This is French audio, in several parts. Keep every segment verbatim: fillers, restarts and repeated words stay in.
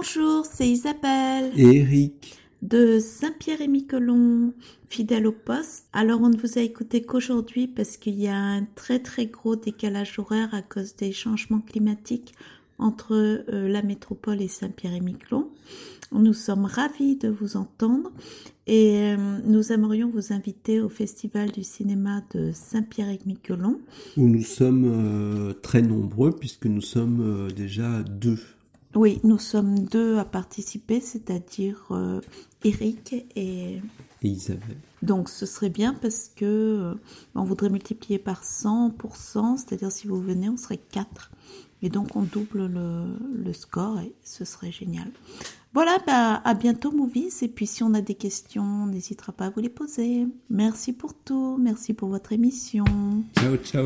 Bonjour, c'est Isabelle. Et Eric. De Saint-Pierre-et-Miquelon, fidèle au poste. Alors on ne vous a écouté qu'aujourd'hui parce qu'il y a un très très gros décalage horaire à cause des changements climatiques entre euh, la métropole et Saint-Pierre-et-Miquelon. Nous sommes ravis de vous entendre et euh, nous aimerions vous inviter au Festival du cinéma de Saint-Pierre-et-Miquelon. Où nous sommes euh, très nombreux puisque nous sommes euh, déjà deux. Oui, nous sommes deux à participer, c'est-à-dire euh, Eric et... et Isabelle. Donc ce serait bien parce que euh, on voudrait multiplier par cent pour cent, c'est-à-dire si vous venez, on serait quatre. Et donc on double le, le score et ce serait génial. Voilà, bah, à bientôt Movies. Et puis si on a des questions, on n'hésitera pas à vous les poser. Merci pour tout, merci pour votre émission. Ciao, ciao.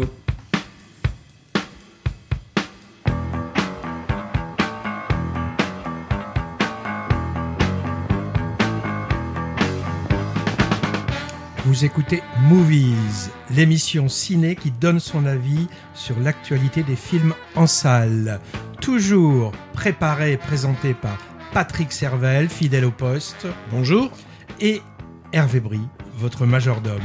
Vous écoutez Movies, l'émission ciné qui donne son avis sur l'actualité des films en salle. Toujours préparé et présenté par Patrick Servel, fidèle au poste. Bonjour. Et Hervé Brie, votre majordome.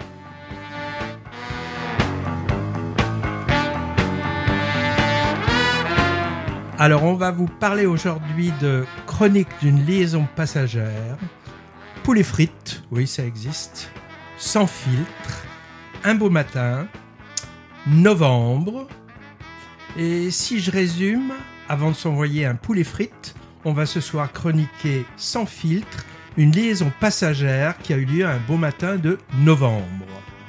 Alors on va vous parler aujourd'hui de Chronique d'une liaison passagère, Poulet frites, oui ça existe, Sans filtre, Un beau matin, Novembre. Et si je résume, avant de s'envoyer un poulet frites, on va ce soir chroniquer Sans filtre, une liaison passagère qui a eu lieu un beau matin de novembre.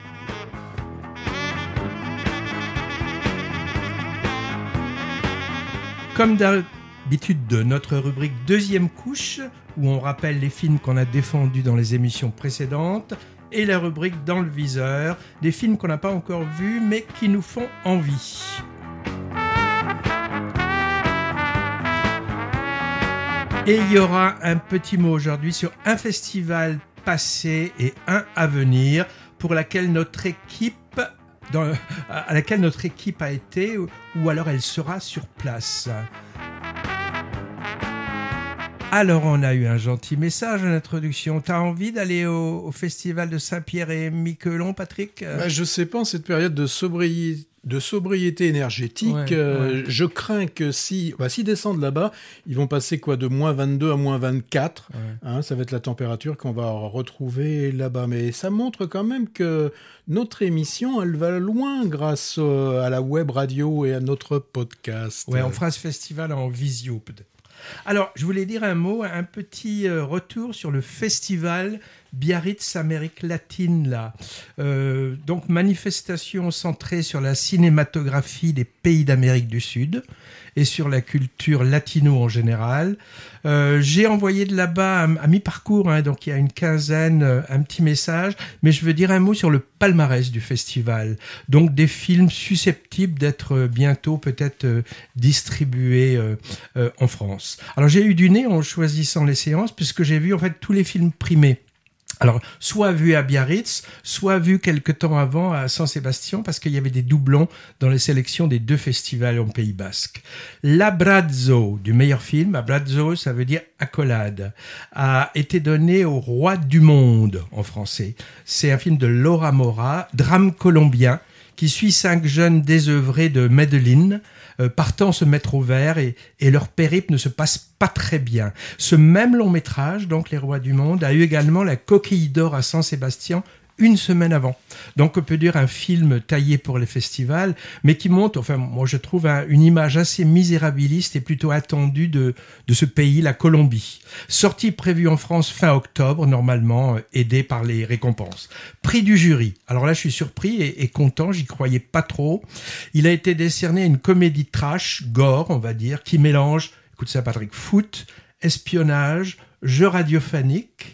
Comme d'habitude de notre rubrique Deuxième couche, où on rappelle les films qu'on a défendus dans les émissions précédentes, et la rubrique Dans le viseur, des films qu'on n'a pas encore vus mais qui nous font envie. Et il y aura un petit mot aujourd'hui sur un festival passé et un à venir pour laquelle notre équipe, dans, à laquelle notre équipe a été ou alors elle sera sur place. Alors, on a eu un gentil message en introduction. T'as envie d'aller au, au festival de Saint-Pierre-et-Miquelon, Patrick ? bah, Je sais pas, en cette période de sobriété, de sobriété énergétique, ouais, euh, ouais. je crains que si, bah, s'ils descendent là-bas, ils vont passer quoi de moins vingt-deux à moins vingt-quatre. Ouais. Hein, ça va être la température qu'on va retrouver là-bas. Mais ça montre quand même que notre émission, elle va loin grâce euh, à la web radio et à notre podcast. Ouais, on fera ce festival en visio peut-être. Alors, je voulais dire un mot, un petit euh, retour sur le festival Biarritz Amérique latine, là. Euh, donc, manifestation centrée sur la cinématographie des pays d'Amérique du Sud et sur la culture latino en général. Euh, j'ai envoyé de là-bas à, à mi-parcours, hein, donc il y a une quinzaine, euh, un petit message, mais je veux dire un mot sur le palmarès du festival. Donc des films susceptibles d'être euh, bientôt peut-être euh, distribués euh, euh, en France. Alors j'ai eu du nez en choisissant les séances, puisque j'ai vu en fait tous les films primés. Alors, soit vu à Biarritz, soit vu quelque temps avant à Saint-Sébastien, parce qu'il y avait des doublons dans les sélections des deux festivals en Pays Basque. L'Abrazo, du meilleur film, Abrazo, ça veut dire accolade, a été donné au Roi du Monde, en français. C'est un film de Laura Mora, drame colombien, qui suit cinq jeunes désœuvrés de Medellín, euh, partant se mettre au vert et, et leur périple ne se passe pas très bien. Ce même long métrage, donc Les Rois du Monde, a eu également la Coquille d'Or à Saint-Sébastien une semaine avant. Donc on peut dire un film taillé pour les festivals, mais qui montre, enfin moi je trouve un, une image assez misérabiliste et plutôt attendue de, de ce pays, la Colombie. Sortie prévue en France fin octobre, normalement euh, aidée par les récompenses. Prix du jury. Alors là je suis surpris et, et content, j'y croyais pas trop. Il a été décerné à une comédie trash, gore on va dire, qui mélange, écoute ça Patrick, foot, espionnage, jeu radiophonique,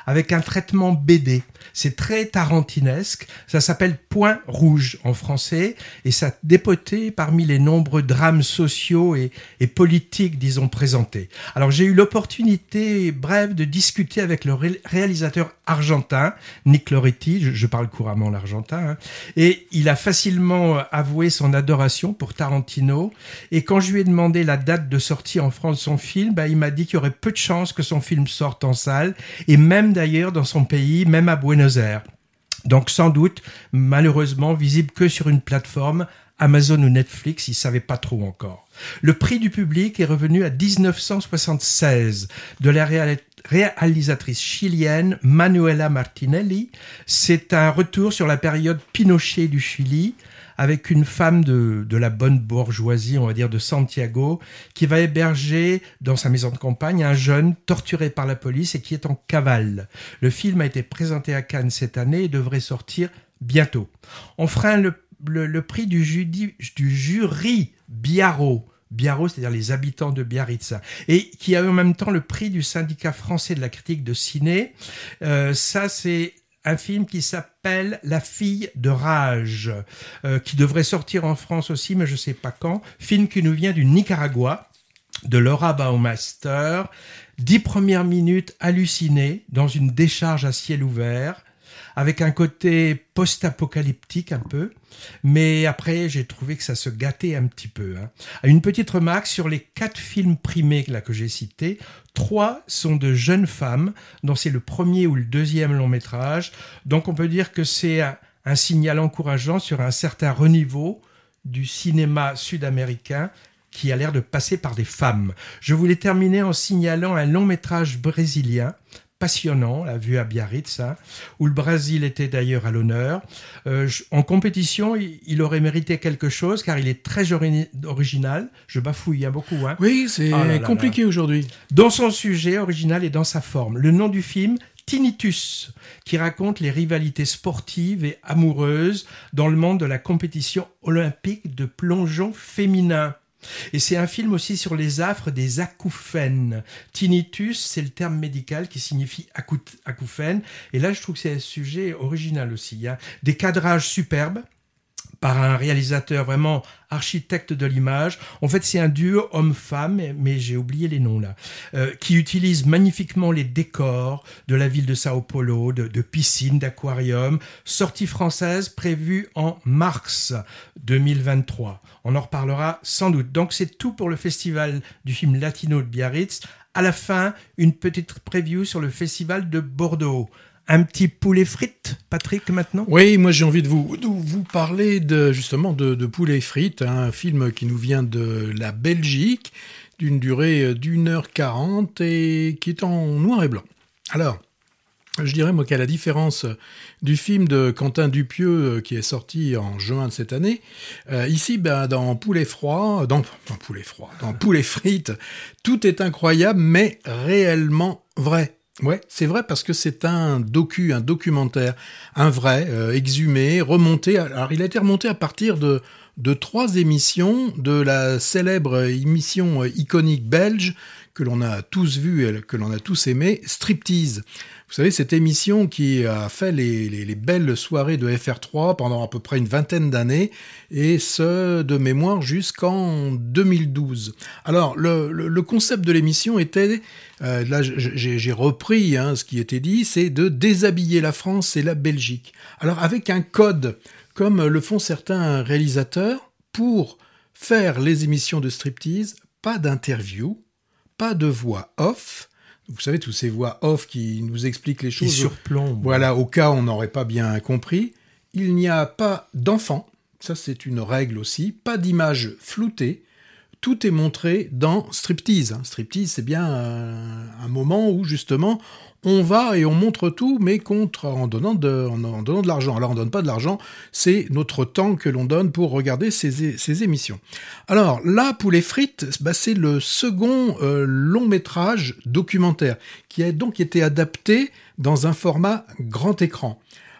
avec un traitement B D. C'est très tarantinesque. Ça s'appelle Point rouge en français et ça dépotait parmi les nombreux drames sociaux et, et politiques, disons, présentés. Alors j'ai eu l'opportunité, bref, de discuter avec le ré- réalisateur argentin, Nick Loretti, je, je parle couramment l'argentin, hein, et il a facilement avoué son adoration pour Tarantino. Et quand je lui ai demandé la date de sortie en France de son film, bah, il m'a dit qu'il y aurait peu de chances que son film sorte en salle, et même d'ailleurs dans son pays, même à Buenos Aires. Donc sans doute, malheureusement, visible que sur une plateforme, Amazon ou Netflix, ils ne savaient pas trop encore. Le prix du public est revenu à dix-neuf cent soixante-seize de la réa- réalisatrice chilienne Manuela Martinelli. C'est un retour sur la période Pinochet du Chili, avec une femme de, de la bonne bourgeoisie, on va dire, de Santiago, qui va héberger dans sa maison de campagne un jeune torturé par la police et qui est en cavale. Le film a été présenté à Cannes cette année et devrait sortir bientôt. On fera le, le, le prix du, judi, du jury Biarro, Biarro, c'est-à-dire les habitants de Biarritz, et qui a eu en même temps le prix du syndicat français de la critique de ciné. Euh, ça, c'est un film qui s'appelle La fille de rage, euh, qui devrait sortir en France aussi, mais je ne sais pas quand. Film qui nous vient du Nicaragua, de Laura Baumeister. Dix premières minutes hallucinées dans une décharge à ciel ouvert, avec un côté post-apocalyptique un peu, mais après j'ai trouvé que ça se gâtait un petit peu. Hein. Une petite remarque sur les quatre films primés là, que j'ai cités, trois sont de jeunes femmes, dont c'est le premier ou le deuxième long métrage, donc on peut dire que c'est un, un signal encourageant sur un certain renouveau du cinéma sud-américain qui a l'air de passer par des femmes. Je voulais terminer en signalant un long métrage brésilien, passionnant, la vue à Biarritz, hein, où le Brésil était d'ailleurs à l'honneur. Euh, en compétition, il, il aurait mérité quelque chose, car il est très ori- original. Je bafouille hein, beaucoup. Hein. Oui, c'est oh là compliqué là là. aujourd'hui. Dans son sujet original et dans sa forme. Le nom du film, Tinnitus, qui raconte les rivalités sportives et amoureuses dans le monde de la compétition olympique de plongeon féminin. Et c'est un film aussi sur les affres des acouphènes. Tinnitus, c'est le terme médical qui signifie acou- acouphène. Et là, je trouve que c'est un sujet original aussi. Hein. Des cadrages superbes par un réalisateur vraiment architecte de l'image. En fait, c'est un duo homme-femme, mais j'ai oublié les noms là, euh, qui utilise magnifiquement les décors de la ville de Sao Paulo, de, de piscines, d'aquariums. Sortie française prévue en mars deux mille vingt-trois. On en reparlera sans doute. Donc, c'est tout pour le festival du film latino de Biarritz. À la fin, une petite preview sur le festival de Bordeaux. Un petit poulet frites, Patrick, maintenant ? Oui, moi j'ai envie de vous, de vous parler de, justement de, de Poulet frites, un film qui nous vient de la Belgique, d'une durée d'une heure quarante et qui est en noir et blanc. Alors, je dirais moi qu'à la différence du film de Quentin Dupieux qui est sorti en juin de cette année, euh, ici ben, dans Poulet froid, dans, dans Poulet froid, dans Poulet frites, tout est incroyable mais réellement vrai. Ouais, c'est vrai parce que c'est un docu, un documentaire, un vrai, euh, exhumé, remonté. Alors, il a été remonté à partir de, de trois émissions de la célèbre émission iconique belge que l'on a tous vue et que l'on a tous aimé, Striptease. Vous savez, cette émission qui a fait les, les, les belles soirées de F R trois pendant à peu près une vingtaine d'années, et ce, de mémoire, jusqu'en deux mille douze. Alors, le, le, le concept de l'émission était, euh, là j'ai, j'ai repris hein, ce qui était dit, c'est de déshabiller la France et la Belgique. Alors, avec un code, comme le font certains réalisateurs, pour faire les émissions de Striptease, pas d'interview, pas de voix off. Vous savez, toutes ces voix off qui nous expliquent les choses. Qui surplombent. Voilà, au cas où on n'aurait pas bien compris. Il n'y a pas d'enfants, ça c'est une règle aussi, pas d'images floutées. Tout est montré dans Striptease. Striptease, c'est bien un, un moment où justement on va et on montre tout, mais contre, en, donnant de, en, en donnant de l'argent. Alors on ne donne pas de l'argent, c'est notre temps que l'on donne pour regarder ces, ces émissions. Alors là, Poulet frites, bah, c'est le second euh, long métrage documentaire qui a donc été adapté dans un format grand écran.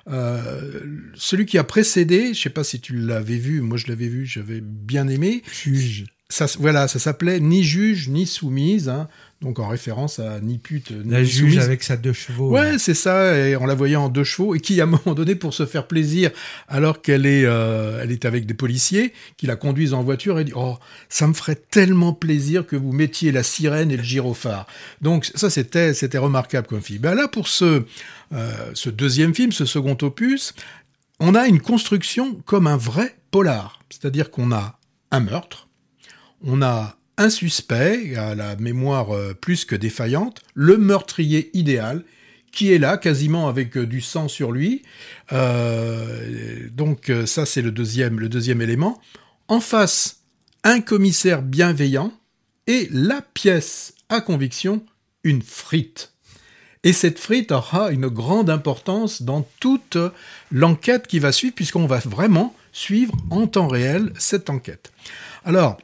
Euh, celui qui a précédé, je ne sais pas si tu l'avais vu, moi je l'avais vu, j'avais bien aimé. Juge. ça, voilà, ça s'appelait Ni juge ni soumise, hein, donc en référence à Ni pute ni La juge soumise. avec sa deux chevaux. Ouais, là. c'est ça, et on la voyait en deux chevaux, et qui, à un moment donné, pour se faire plaisir, alors qu'elle est, euh, elle est avec des policiers, qui la conduisent en voiture, et dit « Oh, ça me ferait tellement plaisir que vous mettiez la sirène et le gyrophare. » Donc ça, c'était, c'était remarquable comme film. Ben là, pour ce, euh, ce deuxième film, ce second opus, on a une construction comme un vrai polar. C'est-à-dire qu'on a un meurtre, on a un suspect à la mémoire euh, plus que défaillante, le meurtrier idéal, qui est là, quasiment avec euh, du sang sur lui. Euh, donc euh, ça, c'est le deuxième, le deuxième élément. En face, un commissaire bienveillant et la pièce à conviction, une frite. Et cette frite aura une grande importance dans toute l'enquête qui va suivre, puisqu'on va vraiment suivre en temps réel cette enquête. Alors,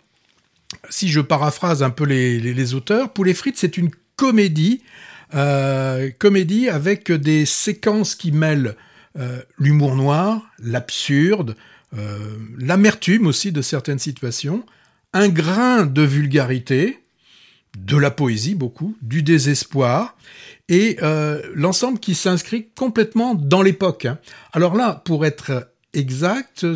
si je paraphrase un peu les, les, les auteurs, Poulet frites, c'est une comédie, euh, comédie avec des séquences qui mêlent euh, l'humour noir, l'absurde, euh, l'amertume aussi de certaines situations, un grain de vulgarité, de la poésie beaucoup, du désespoir, et euh, l'ensemble qui s'inscrit complètement dans l'époque. Hein. Alors là, pour être exact,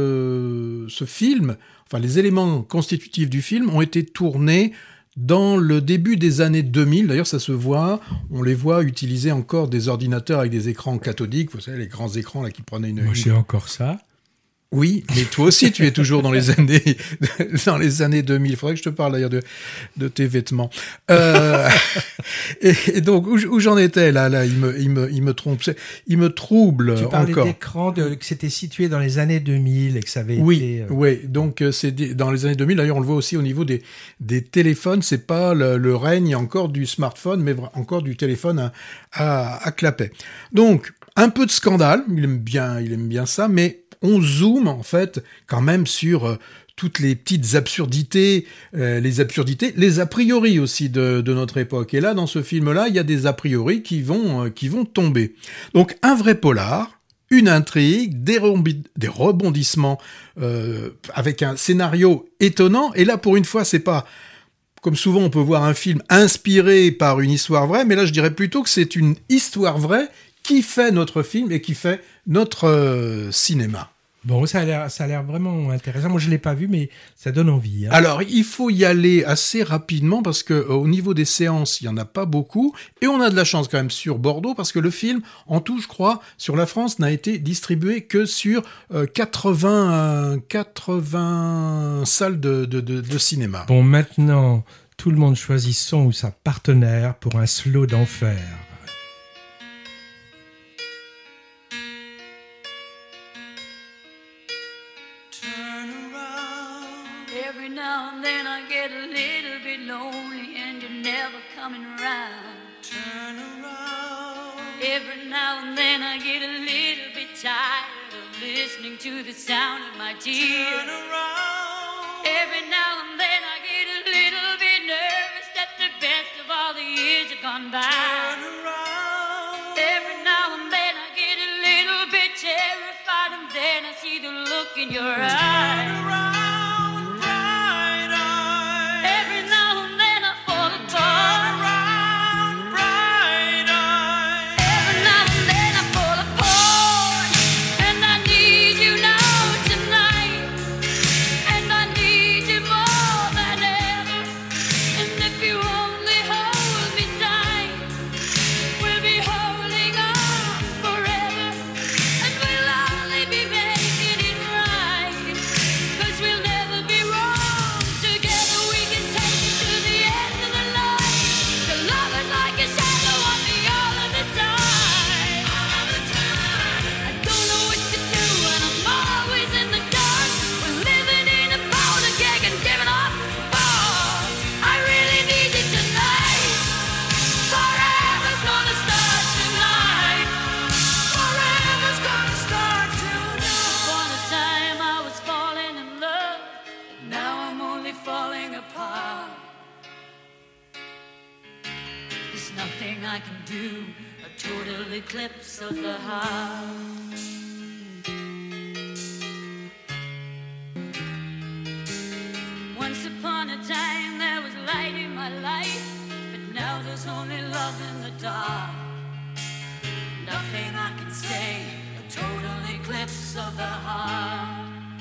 ce, ce film, enfin les éléments constitutifs du film ont été tournés dans le début des années deux mille. D'ailleurs, ça se voit, on les voit utiliser encore des ordinateurs avec des écrans cathodiques, vous savez, les grands écrans là qui prenaient une... Moi, j'ai encore ça. Oui, mais toi aussi, tu es toujours dans les années, dans les années deux mille. Il faudrait que je te parle d'ailleurs de, de tes vêtements. Euh, et, et donc, où, où j'en étais là, là, il me, il me, il me trompe, il me trouble tu parlais encore. d'écran, de, que c'était situé dans les années deux mille et que ça avait oui, été. Euh... Oui, donc c'est des, dans les années deux mille. D'ailleurs, on le voit aussi au niveau des, des téléphones. C'est pas le, le règne encore du smartphone, mais encore du téléphone à, à, à clapet. Donc, un peu de scandale. Il aime bien, il aime bien ça, mais on zoome en fait quand même sur euh, toutes les petites absurdités, euh, les absurdités, les a priori aussi de, de notre époque. Et là, dans ce film-là, il y a des a priori qui vont, euh, qui vont tomber. Donc, un vrai polar, une intrigue, des, rembi- des rebondissements euh, avec un scénario étonnant. Et là, pour une fois, c'est pas... Comme souvent, on peut voir un film inspiré par une histoire vraie, mais là, je dirais plutôt que c'est une histoire vraie qui fait notre film et qui fait notre euh, cinéma. Bon, ça a l'air, ça a l'air vraiment intéressant. Moi, je l'ai pas vu, mais ça donne envie. Hein. Alors, il faut y aller assez rapidement parce que euh, au niveau des séances, il y en a pas beaucoup, et on a de la chance quand même sur Bordeaux parce que le film, en tout, je crois, sur la France, n'a été distribué que sur euh, quatre-vingts, euh, quatre-vingts salles de, de, de, de cinéma. Bon, maintenant, tout le monde choisit son ou sa partenaire pour un slow d'enfer. Coming around. Turn around. Every now and then I get a little bit tired of listening to the sound of my tears. Turn around. Every now and then I get a little bit nervous that the best of all the years have gone by. Turn around. Every now and then I get a little bit terrified, and then I see the look in your eyes. Turn around. I can do a total eclipse of the heart. Once Once upon a time there was light in my life, but now there's only love in the dark. Nothing I can say, a total eclipse of the heart.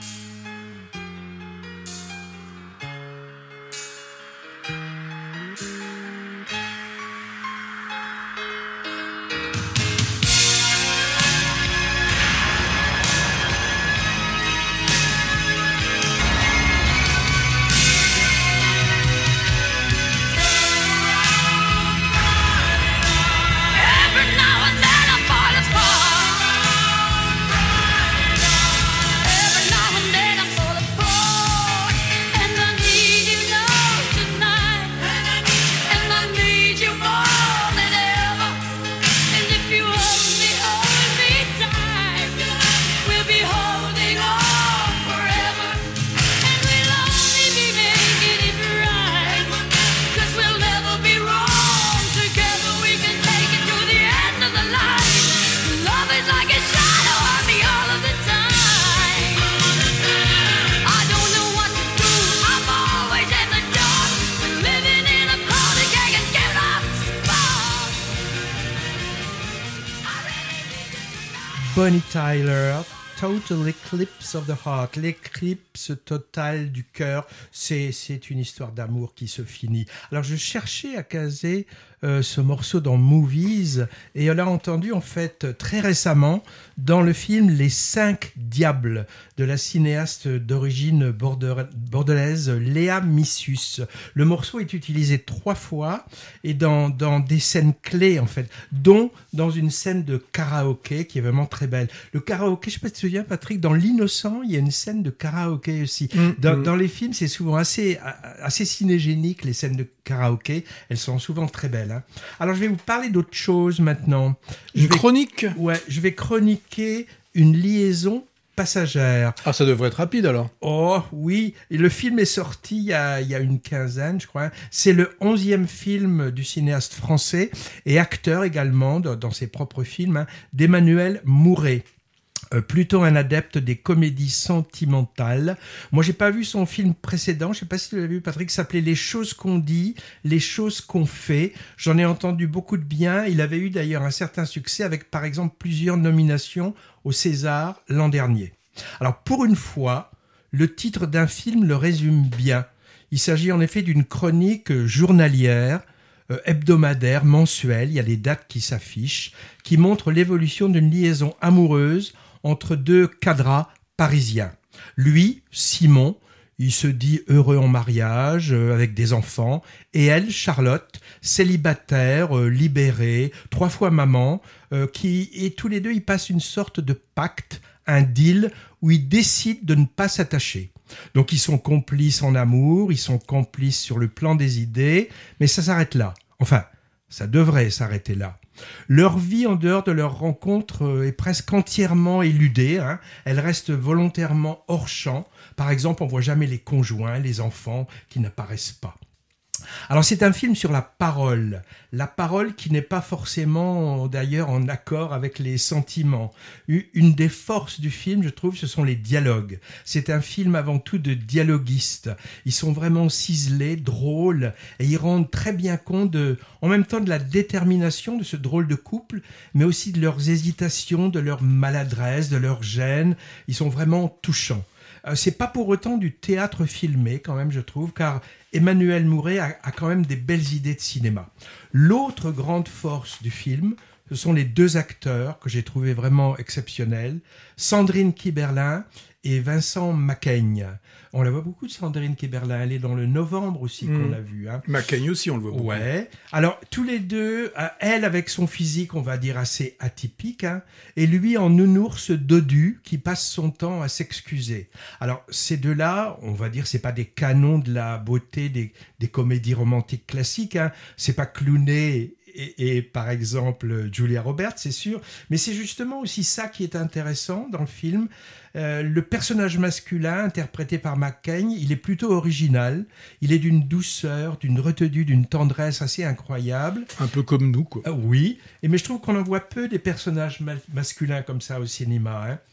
Bonnie Tyler, Total Eclipse of the Heart, l'éclipse totale du cœur, c'est, c'est une histoire d'amour qui se finit. Alors je cherchais à caser euh, ce morceau dans Movies et on l'a entendu en fait très récemment dans le film Les Cinq Diables de la cinéaste d'origine borde- bordelaise Léa Missus. Le morceau est utilisé trois fois et dans, dans des scènes clés en fait, dont dans une scène de karaoké qui est vraiment très belle. Le karaoké, je sais pas si tu te souviens Patrick, dans L'Innocent, il y a une scène de karaoké aussi. Mmh, dans, mmh. dans les films, c'est souvent assez, assez cinégénique, les scènes de karaoké. Elles sont souvent très belles. Hein. Alors, je vais vous parler d'autre chose maintenant. Une je vais, chronique ? Ouais, je vais chroniquer une liaison passagère. Ah, ça devrait être rapide alors. Oh oui, et le film est sorti il y a, il y a une quinzaine, je crois. C'est le onzième film du cinéaste français et acteur également dans, dans ses propres films, hein, d'Emmanuel Mouret. Euh, plutôt un adepte des comédies sentimentales. Moi, j'ai pas vu son film précédent. Je sais pas si tu l'as vu, Patrick. Ça s'appelait Les choses qu'on dit, les choses qu'on fait. J'en ai entendu beaucoup de bien. Il avait eu d'ailleurs un certain succès avec, par exemple, plusieurs nominations au César l'an dernier. Alors, pour une fois, le titre d'un film le résume bien. Il s'agit en effet d'une chronique journalière, euh, hebdomadaire, mensuelle. Il y a les dates qui s'affichent, qui montrent l'évolution d'une liaison amoureuse entre deux cadras parisiens. Lui, Simon, il se dit heureux en mariage, euh, avec des enfants, et elle, Charlotte, célibataire, euh, libérée, trois fois maman, euh, qui, et tous les deux, ils passent une sorte de pacte, un deal, où ils décident de ne pas s'attacher. Donc ils sont complices en amour, ils sont complices sur le plan des idées, mais ça s'arrête là. Enfin, ça devrait s'arrêter là. Leur vie en dehors de leur rencontre est presque entièrement éludée. Hein. Elle reste volontairement hors champ. Par exemple, on voit jamais les conjoints, les enfants qui n'apparaissent pas. Alors c'est un film sur la parole, la parole qui n'est pas forcément d'ailleurs en accord avec les sentiments. Une des forces du film, je trouve, ce sont les dialogues. C'est un film avant tout de dialoguistes. Ils sont vraiment ciselés, drôles, et ils rendent très bien compte de, en même temps de la détermination de ce drôle de couple, mais aussi de leurs hésitations, de leur maladresse, de leur gêne. Ils sont vraiment touchants. Euh, c'est pas pour autant du théâtre filmé quand même, je trouve, car Emmanuel Mouret a, a quand même des belles idées de cinéma. L'autre grande force du film, ce sont les deux acteurs que j'ai trouvés vraiment exceptionnels, Sandrine Kiberlin et Vincent Macaigne. On la voit beaucoup, Sandrine Kiberlin. Elle est dans le Novembre aussi, mmh. qu'on l'a vue. Hein. Macaigne aussi, on le voit beaucoup. Ouais. Alors, tous les deux, elle avec son physique, on va dire, assez atypique, hein, et lui en nounours dodu qui passe son temps à s'excuser. Alors, ces deux-là, on va dire, c'est pas des canons de la beauté des, des comédies romantiques classiques. Hein. C'est pas Clooney Et, et par exemple Julia Roberts, c'est sûr, mais c'est justement aussi ça qui est intéressant dans le film. Euh, le personnage masculin interprété par Macaigne, il est plutôt original, il est d'une douceur, d'une retenue, d'une tendresse assez incroyable. Un peu comme nous, quoi. Euh, oui, et mais je trouve qu'on en voit peu des personnages ma- masculins comme ça au cinéma. Hein.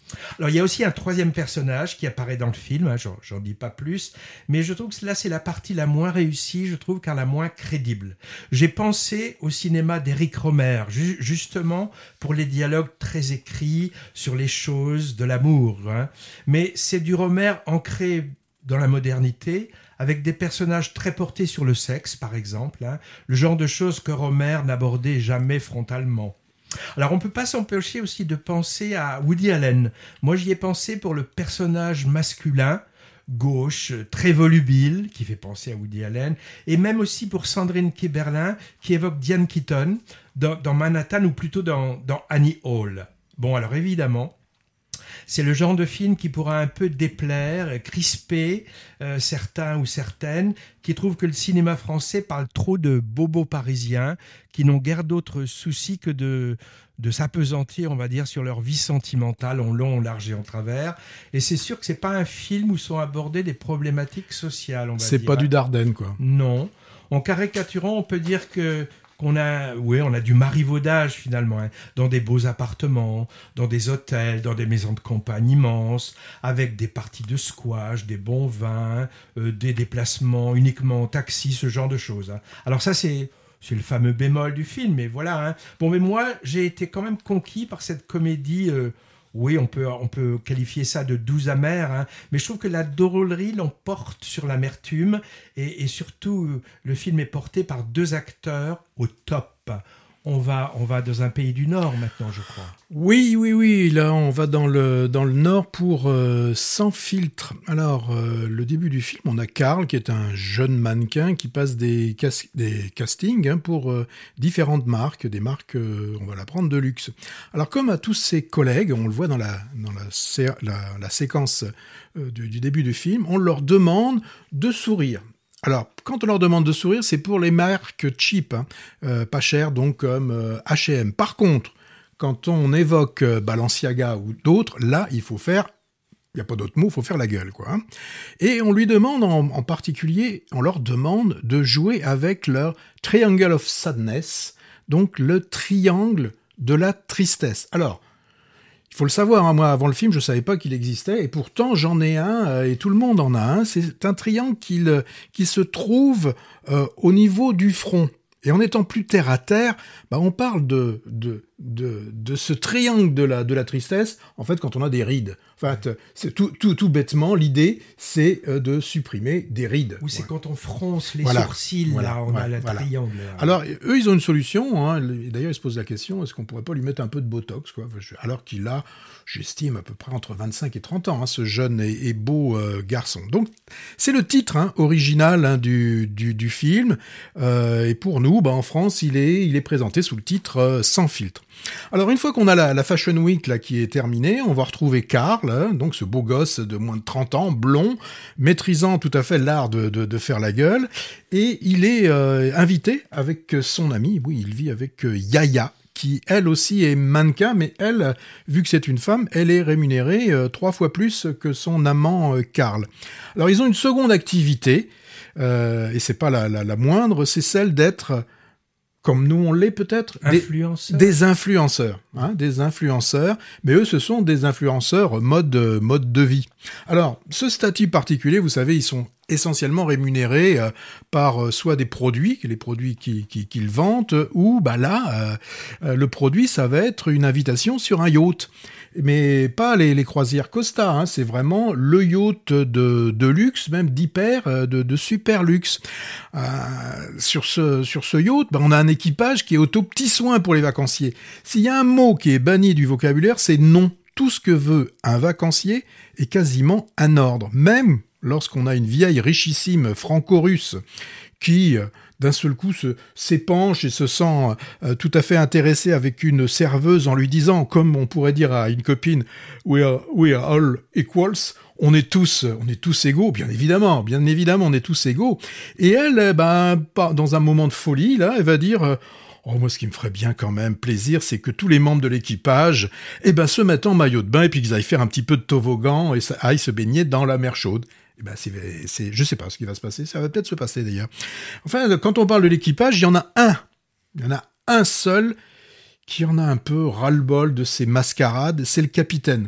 Alors, il y a aussi un troisième personnage qui apparaît dans le film, hein, j'en, j'en dis pas plus, mais je trouve que là, c'est la partie la moins réussie, je trouve, car la moins crédible. J'ai pensé au cinéma d'Éric Rohmer, ju- justement pour les dialogues très écrits sur les choses de l'amour. Hein. Mais c'est du Rohmer ancré dans la modernité, avec des personnages très portés sur le sexe, par exemple, hein, le genre de choses que Rohmer n'abordait jamais frontalement. Alors, on ne peut pas s'empêcher aussi de penser à Woody Allen. Moi, j'y ai pensé pour le personnage masculin, gauche, très volubile, qui fait penser à Woody Allen, et même aussi pour Sandrine Kiberlin, qui évoque Diane Keaton dans, dans Manhattan, ou plutôt dans, dans Annie Hall. Bon, alors évidemment, c'est le genre de film qui pourra un peu déplaire, crisper euh, certains ou certaines qui trouvent que le cinéma français parle trop de bobos parisiens qui n'ont guère d'autre souci que de, de s'apesantir, on va dire, sur leur vie sentimentale en long, en large et en travers. Et c'est sûr que c'est pas un film où sont abordées des problématiques sociales, on va C'est dire. pas du Dardenne, quoi. Non. En caricaturant, on peut dire que qu'on a, oui, on a du marivaudage finalement, hein, dans des beaux appartements, dans des hôtels, dans des maisons de campagne immenses, avec des parties de squash, des bons vins, euh, des déplacements uniquement en taxi, ce genre de choses. Hein. Alors ça, c'est, c'est le fameux bémol du film, mais voilà. Hein. Bon, mais moi, j'ai été quand même conquis par cette comédie. Euh, Oui, on peut, on peut qualifier ça de douce amère, hein, mais je trouve que la drôlerie l'emporte sur l'amertume et, et surtout, le film est porté par deux acteurs au top. On va, on va dans un pays du Nord maintenant, je crois. Oui, oui, oui. Là, on va dans le, dans le Nord pour euh, Sans filtre. Alors, euh, le début du film, on a Karl, qui est un jeune mannequin qui passe des, cas- des castings hein, pour euh, différentes marques, des marques, euh, on va l'apprendre, de luxe. Alors, comme à tous ses collègues, on le voit dans la, dans la, sé- la, la séquence euh, du, du début du film, on leur demande de sourire. Alors, quand on leur demande de sourire, c'est pour les marques cheap, hein, euh, pas chères, donc comme euh, H et M. Par contre, quand on évoque euh, Balenciaga ou d'autres, là, il faut faire, il n'y a pas d'autre mot, il faut faire la gueule, quoi. Hein. Et on lui demande, en, en particulier, on leur demande de jouer avec leur Triangle of Sadness, donc le triangle de la tristesse. Alors, il faut le savoir, hein, moi, avant le film, je ne savais pas qu'il existait, et pourtant, j'en ai un, euh, et tout le monde en a un. C'est un triangle qui, le, qui se trouve euh, au niveau du front. Et en étant plus terre à terre, bah, on parle de, de, de, de ce triangle de la, de la tristesse, en fait, quand on a des rides. En fait, c'est tout, tout, tout bêtement, l'idée, c'est euh, de supprimer des rides. Ou c'est ouais. quand on fronce les Voilà. sourcils, Voilà. là, on Ouais. a le Voilà. triangle. Là. Alors, eux, ils ont une solution. Hein. D'ailleurs, ils se posent la question, est-ce qu'on pourrait pas lui mettre un peu de Botox, quoi, alors qu'il a, j'estime, à peu près entre vingt-cinq et trente ans, hein, ce jeune et, et beau euh, garçon. Donc, c'est le titre hein, original hein, du, du, du film. Euh, et pour nous, bah, en France, il est, il est présenté sous le titre euh, Sans filtre. Alors, une fois qu'on a la, la Fashion Week là, qui est terminée, on va retrouver Karl, hein, donc ce beau gosse de moins de trente ans, blond, maîtrisant tout à fait l'art de, de, de faire la gueule. Et il est euh, invité avec son ami, oui, il vit avec euh, Yaya, qui elle aussi est mannequin, mais elle, vu que c'est une femme, elle est rémunérée euh, trois fois plus que son amant euh, Karl. Alors ils ont une seconde activité, euh, et c'est pas la, la, la moindre, c'est celle d'être, comme nous on l'est peut-être, des, des influenceurs, hein, des influenceurs, mais eux ce sont des influenceurs mode, mode de vie. Alors ce statut particulier, vous savez, ils sont essentiellement rémunérés euh, par euh, soit des produits, les produits qu'ils qui, qui vendent, ou bah là, euh, le produit, ça va être une invitation sur un yacht. Mais pas les, les croisières Costa, hein, c'est vraiment le yacht de, de luxe, même d'hyper, de, de super luxe. Euh, sur ce, sur ce yacht, bah, on a un équipage qui est au tout petit soin pour les vacanciers. S'il y a un mot qui est banni du vocabulaire, c'est non. Tout ce que veut un vacancier est quasiment un ordre. Même lorsqu'on a une vieille richissime franco-russe qui, d'un seul coup, se, s'épanche et se sent euh, tout à fait intéressé avec une serveuse en lui disant, comme on pourrait dire à une copine, « We are, we are all equals », on est tous, on est tous égaux, bien évidemment, bien évidemment, on est tous égaux. Et elle, ben, dans un moment de folie, là, elle va dire... Oh, moi, ce qui me ferait bien quand même plaisir, c'est que tous les membres de l'équipage, eh ben, se mettent en maillot de bain et puis qu'ils aillent faire un petit peu de toboggan et aillent se baigner dans la mer chaude. Eh ben, c'est, c'est, je sais pas ce qui va se passer. Ça va peut-être se passer d'ailleurs. Enfin, quand on parle de l'équipage, il y en a un. Il y en a un seul qui en a un peu ras-le-bol de ces mascarades. C'est le capitaine.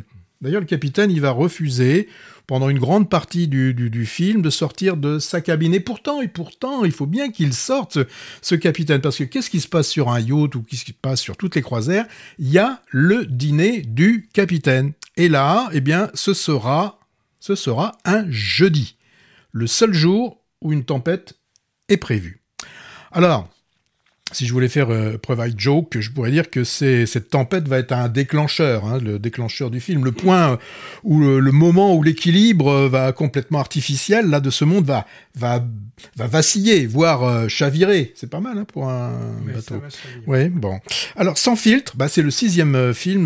D'ailleurs, le capitaine, il va refuser pendant une grande partie du, du, du film de sortir de sa cabine. Et pourtant, et pourtant, il faut bien qu'il sorte, ce, ce capitaine, parce que qu'est-ce qui se passe sur un yacht ou qu'est-ce qui se passe sur toutes les croisières? Il y a le dîner du capitaine. Et là, eh bien, ce sera, ce sera un jeudi, le seul jour où une tempête est prévue. Alors, si je voulais faire euh, private joke, je pourrais dire que c'est, cette tempête va être un déclencheur, hein, le déclencheur du film, le point où le, le moment où l'équilibre va complètement artificiel là de ce monde va va va vaciller, voire euh, chavirer. C'est pas mal hein, pour un Mais bateau. Oui, ouais, bon. Alors Sans filtre, bah, c'est le sixième film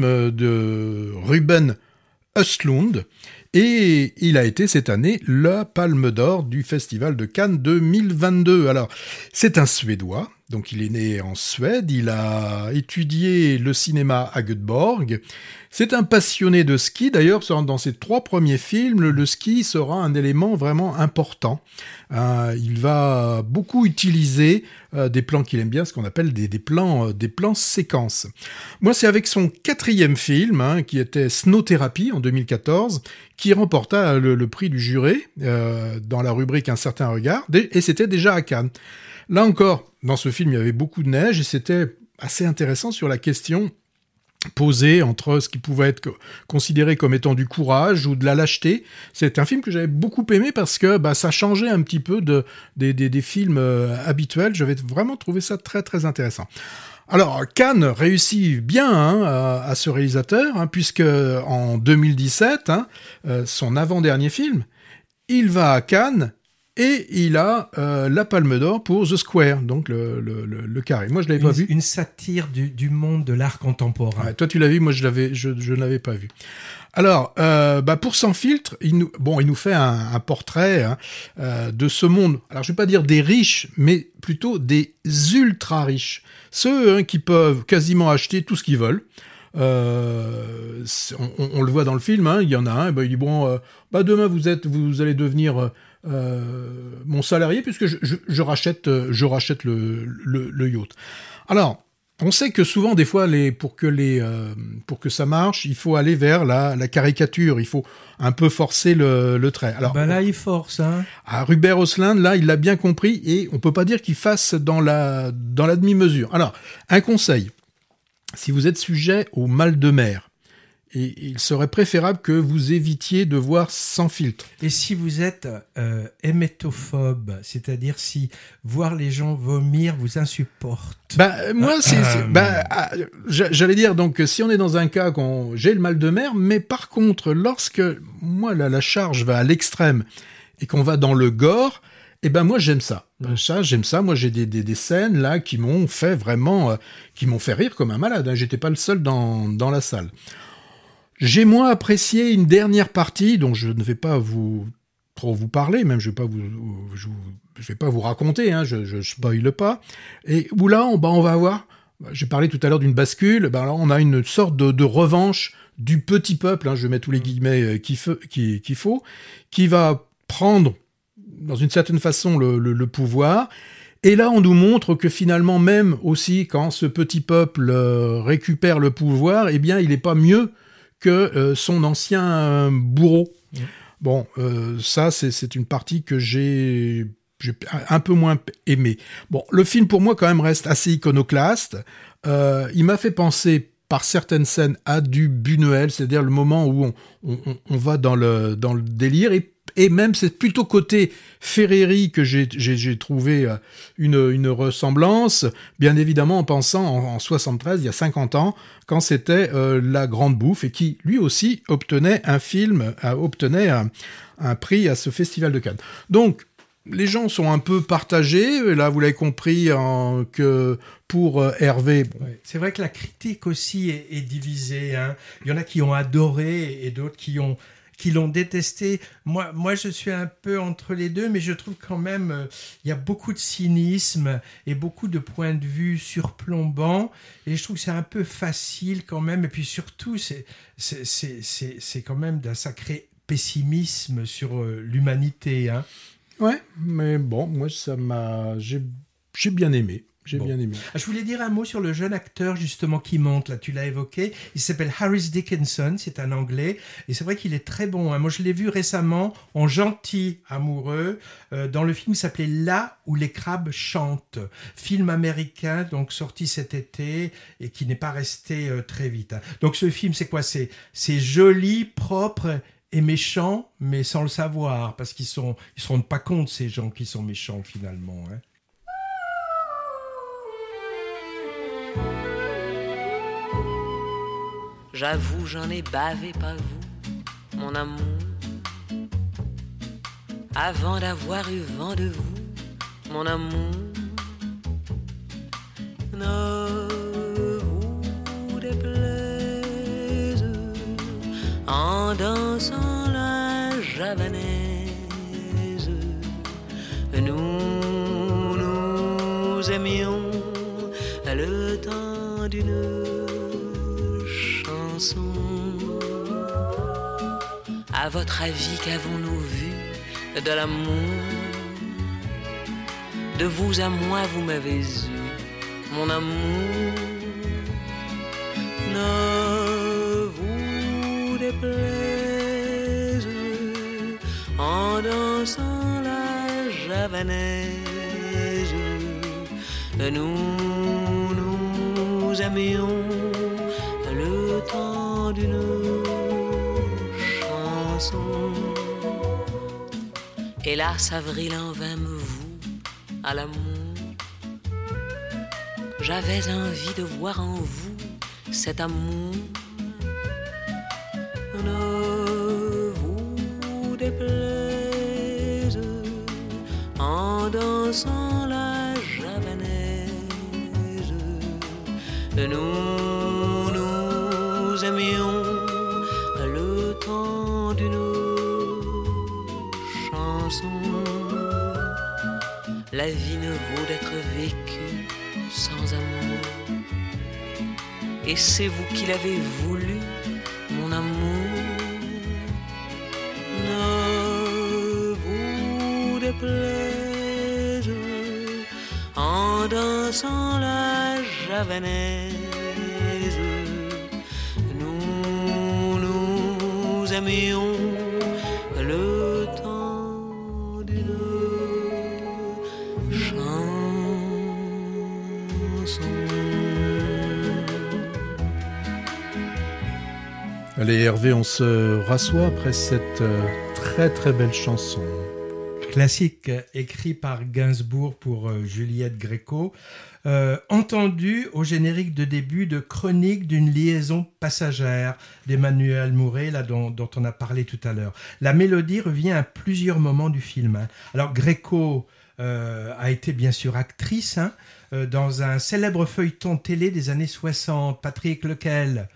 de Ruben Östlund. Et il a été cette année la Palme d'Or du Festival de Cannes deux mille vingt-deux. Alors, c'est un Suédois, donc il est né en Suède, il a étudié le cinéma à Göteborg. C'est un passionné de ski, d'ailleurs dans ses trois premiers films, le, le ski sera un élément vraiment important. Euh, il va beaucoup utiliser euh, des plans qu'il aime bien, ce qu'on appelle des, des plans, euh, des plans séquences. Moi, c'est avec son quatrième film, hein, qui était Snow Therapy en deux mille quatorze, qui remporta le, le prix du jury euh, dans la rubrique Un certain regard, et c'était déjà à Cannes. Là encore, dans ce film, il y avait beaucoup de neige et c'était assez intéressant sur la question posée entre ce qui pouvait être considéré comme étant du courage ou de la lâcheté. C'est un film que j'avais beaucoup aimé parce que bah, ça changeait un petit peu de, des, des, des films euh, habituels. J'avais vraiment trouvé ça très très intéressant. Alors, Cannes réussit bien hein, à, à ce réalisateur, hein, puisque en deux mille dix-sept, hein, euh, son avant-dernier film, il va à Cannes et il a euh, la Palme d'Or pour The Square, donc le, le, le, le carré. Moi, je l'avais une, pas vu. Une satire du, du monde de l'art contemporain. Ouais, toi, tu l'as vu, moi, je l'avais, je, je ne l'avais pas vu. Alors, euh, bah pour Sans filtre, il nous, bon, il nous fait un, un portrait hein, euh, de ce monde. Alors, je vais pas dire des riches, mais plutôt des ultra riches, ceux hein, qui peuvent quasiment acheter tout ce qu'ils veulent. Euh, on, on le voit dans le film. Hein, il y en a un. Bah, il dit bon, euh, bah demain vous êtes, vous allez devenir euh, mon salarié puisque je, je, je rachète, je rachète le, le, le yacht. Alors. On sait que souvent, des fois, les, pour que les, euh, pour que ça marche, il faut aller vers la, la caricature. Il faut un peu forcer le, le trait. Alors, bah là, il force, hein. À Ruben Östlund, là, il l'a bien compris et on peut pas dire qu'il fasse dans la, dans la demi-mesure. Alors, un conseil. Si vous êtes sujet au mal de mer, et il serait préférable que vous évitiez de voir Sans filtre. Et si vous êtes euh, hémétophobe, c'est-à-dire si voir les gens vomir vous insupporte. Bah moi c'est, c'est Euh, bah ah, j'allais dire donc si on est dans un cas qu'on j'ai le mal de mer, mais par contre lorsque moi là, la charge va à l'extrême et qu'on va dans le gore, eh ben moi j'aime ça. Ben, ça j'aime ça. Moi j'ai des, des, des scènes là qui m'ont fait vraiment, euh, qui m'ont fait rire comme un malade. Hein. J'étais pas le seul dans dans la salle. J'ai moins apprécié une dernière partie, dont je ne vais pas vous trop vous parler, même je vais pas vous, je, je vais pas vous raconter, hein, je, je spoile pas. Et où là, on, bah, on va avoir, j'ai parlé tout à l'heure d'une bascule, bah là on a une sorte de, de revanche du petit peuple, hein, je mets tous les guillemets qu'il faut, qu'il, qu'il faut, qui va prendre, dans une certaine façon, le, le, le pouvoir. Et là, on nous montre que finalement, même aussi, quand ce petit peuple euh, récupère le pouvoir, eh bien, il n'est pas mieux que euh, son ancien euh, bourreau. Mmh. Bon, euh, ça, c'est, c'est une partie que j'ai, j'ai un peu moins aimé. Bon, le film, pour moi, quand même, reste assez iconoclaste. Euh, il m'a fait penser, par certaines scènes, à du Buñuel, c'est-à-dire le moment où on, on, on va dans le, dans le délire, et Et même, c'est plutôt côté Ferreri que j'ai, j'ai, j'ai trouvé une, une ressemblance, bien évidemment en pensant en, en soixante-treize, il y a cinquante ans, quand c'était euh, La Grande Bouffe, et qui, lui aussi, obtenait un film, euh, obtenait un, un prix à ce Festival de Cannes. Donc, les gens sont un peu partagés, là, vous l'avez compris, en, que pour euh, Hervé... Bon. Ouais. C'est vrai que la critique aussi est, est divisée. Hein. Il y en a qui ont adoré et d'autres qui ont... qui l'ont détesté. Moi, moi, je suis un peu entre les deux, mais je trouve quand même euh, il y a beaucoup de cynisme et beaucoup de points de vue surplombants, et je trouve que c'est un peu facile quand même. Et puis surtout, c'est c'est c'est c'est, c'est quand même d'un sacré pessimisme sur euh, l'humanité. Hein. Ouais, mais bon, moi ça m'a, j'ai j'ai bien aimé. J'ai Bon. bien aimé. Je voulais dire un mot sur le jeune acteur justement qui monte, là tu l'as évoqué, il s'appelle Harris Dickinson, c'est un Anglais, et c'est vrai qu'il est très bon, hein. Moi je l'ai vu récemment en gentil amoureux, euh, dans le film qui s'appelait Là où les crabes chantent, film américain donc sorti cet été et qui n'est pas resté euh, très vite, hein. Donc ce film c'est quoi, c'est, c'est joli, propre et méchant, mais sans le savoir, parce qu'ils sont, ils se rendent pas compte ces gens qui sont méchants finalement, hein. J'avoue, j'en ai bavé, pas vous, mon amour. Avant d'avoir eu vent de vous, mon amour. Ne vous déplaise en dansant la javanaise. Nous nous aimions le temps d'une chanson. À votre avis, qu'avons-nous vu de l'amour? De vous à moi, vous m'avez eu, mon amour. Ne vous déplaise en dansant la javanaise. Nous nous aimions le temps d'une chanson. Hélas, avril en vint me voue à l'amour. J'avais envie de voir en vous cet amour. Ne vous déplaise en dansant la javanaise. Nous nous aimions le temps d'une chanson. La vie ne vaut d'être vécue sans amour. Et c'est vous qui l'avez voulu, mon amour. Ne vous déplaise en dansant la javanaise. Nous nous aimions le temps d'une Allez Hervé, on se rassoit après cette euh, très très belle chanson. Classique écrit par Gainsbourg pour euh, Juliette Gréco, euh, entendu au générique de début de Chronique d'une liaison passagère d'Emmanuel Mouret, là, dont, dont on a parlé tout à l'heure. La mélodie revient à plusieurs moments du film, hein. Alors Gréco euh, a été bien sûr actrice, hein, euh, dans un célèbre feuilleton télé des années soixante, Patrick lequel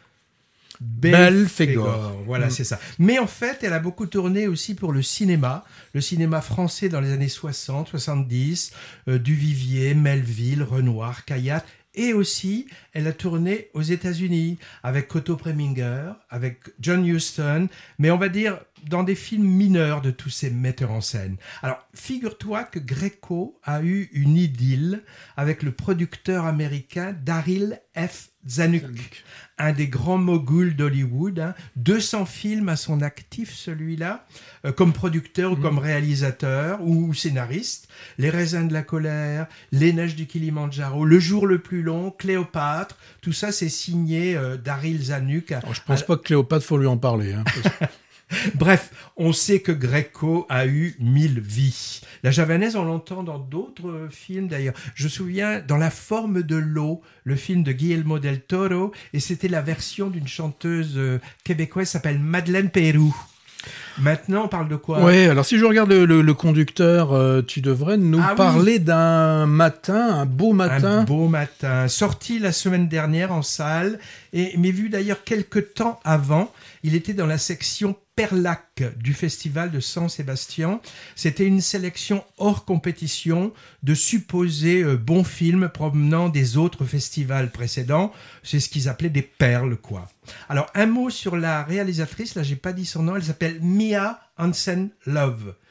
Belphégor. Voilà, mmh. c'est ça. Mais en fait, elle a beaucoup tourné aussi pour le cinéma, le cinéma français dans les années soixante, soixante-dix, euh, Duvivier, Melville, Renoir, Caillat. Et aussi, elle a tourné aux États-Unis avec Otto Preminger, avec John Huston, mais on va dire dans des films mineurs de tous ces metteurs en scène. Alors, figure-toi que Gréco a eu une idylle avec le producteur américain Daryl F. Zanuck, Zanuck. Un des grands moguls d'Hollywood, hein. deux cents films à son actif, celui-là, euh, comme producteur ou mmh. comme réalisateur ou scénariste. Les raisins de la colère, Les neiges du Kilimandjaro, Le jour le plus long, Cléopâtre, tout ça c'est signé euh, Daryl Zanuck. Alors, je pense Alors... pas que Cléopâtre, faut lui en parler. Hein, parce... Bref, on sait que Gréco a eu mille vies. La javanaise, on l'entend dans d'autres films d'ailleurs. Je me souviens dans La forme de l'eau, le film de Guillermo del Toro, et c'était la version d'une chanteuse québécoise qui s'appelle Madeleine Pérou. Maintenant, on parle de quoi ? Oui, alors si je regarde le, le, le conducteur, euh, tu devrais nous ah, parler oui. d'un matin, un beau matin. Un beau matin, sorti la semaine dernière en salle, et, mais vu d'ailleurs quelques temps avant. Il était dans la section Perlac du festival de San Sébastien. C'était une sélection hors compétition de supposés euh, bons films provenant des autres festivals précédents. C'est ce qu'ils appelaient des perles, quoi. Alors, un mot sur la réalisatrice. Là, j'ai pas dit son nom. Elle s'appelle Mia Hansen-Løve.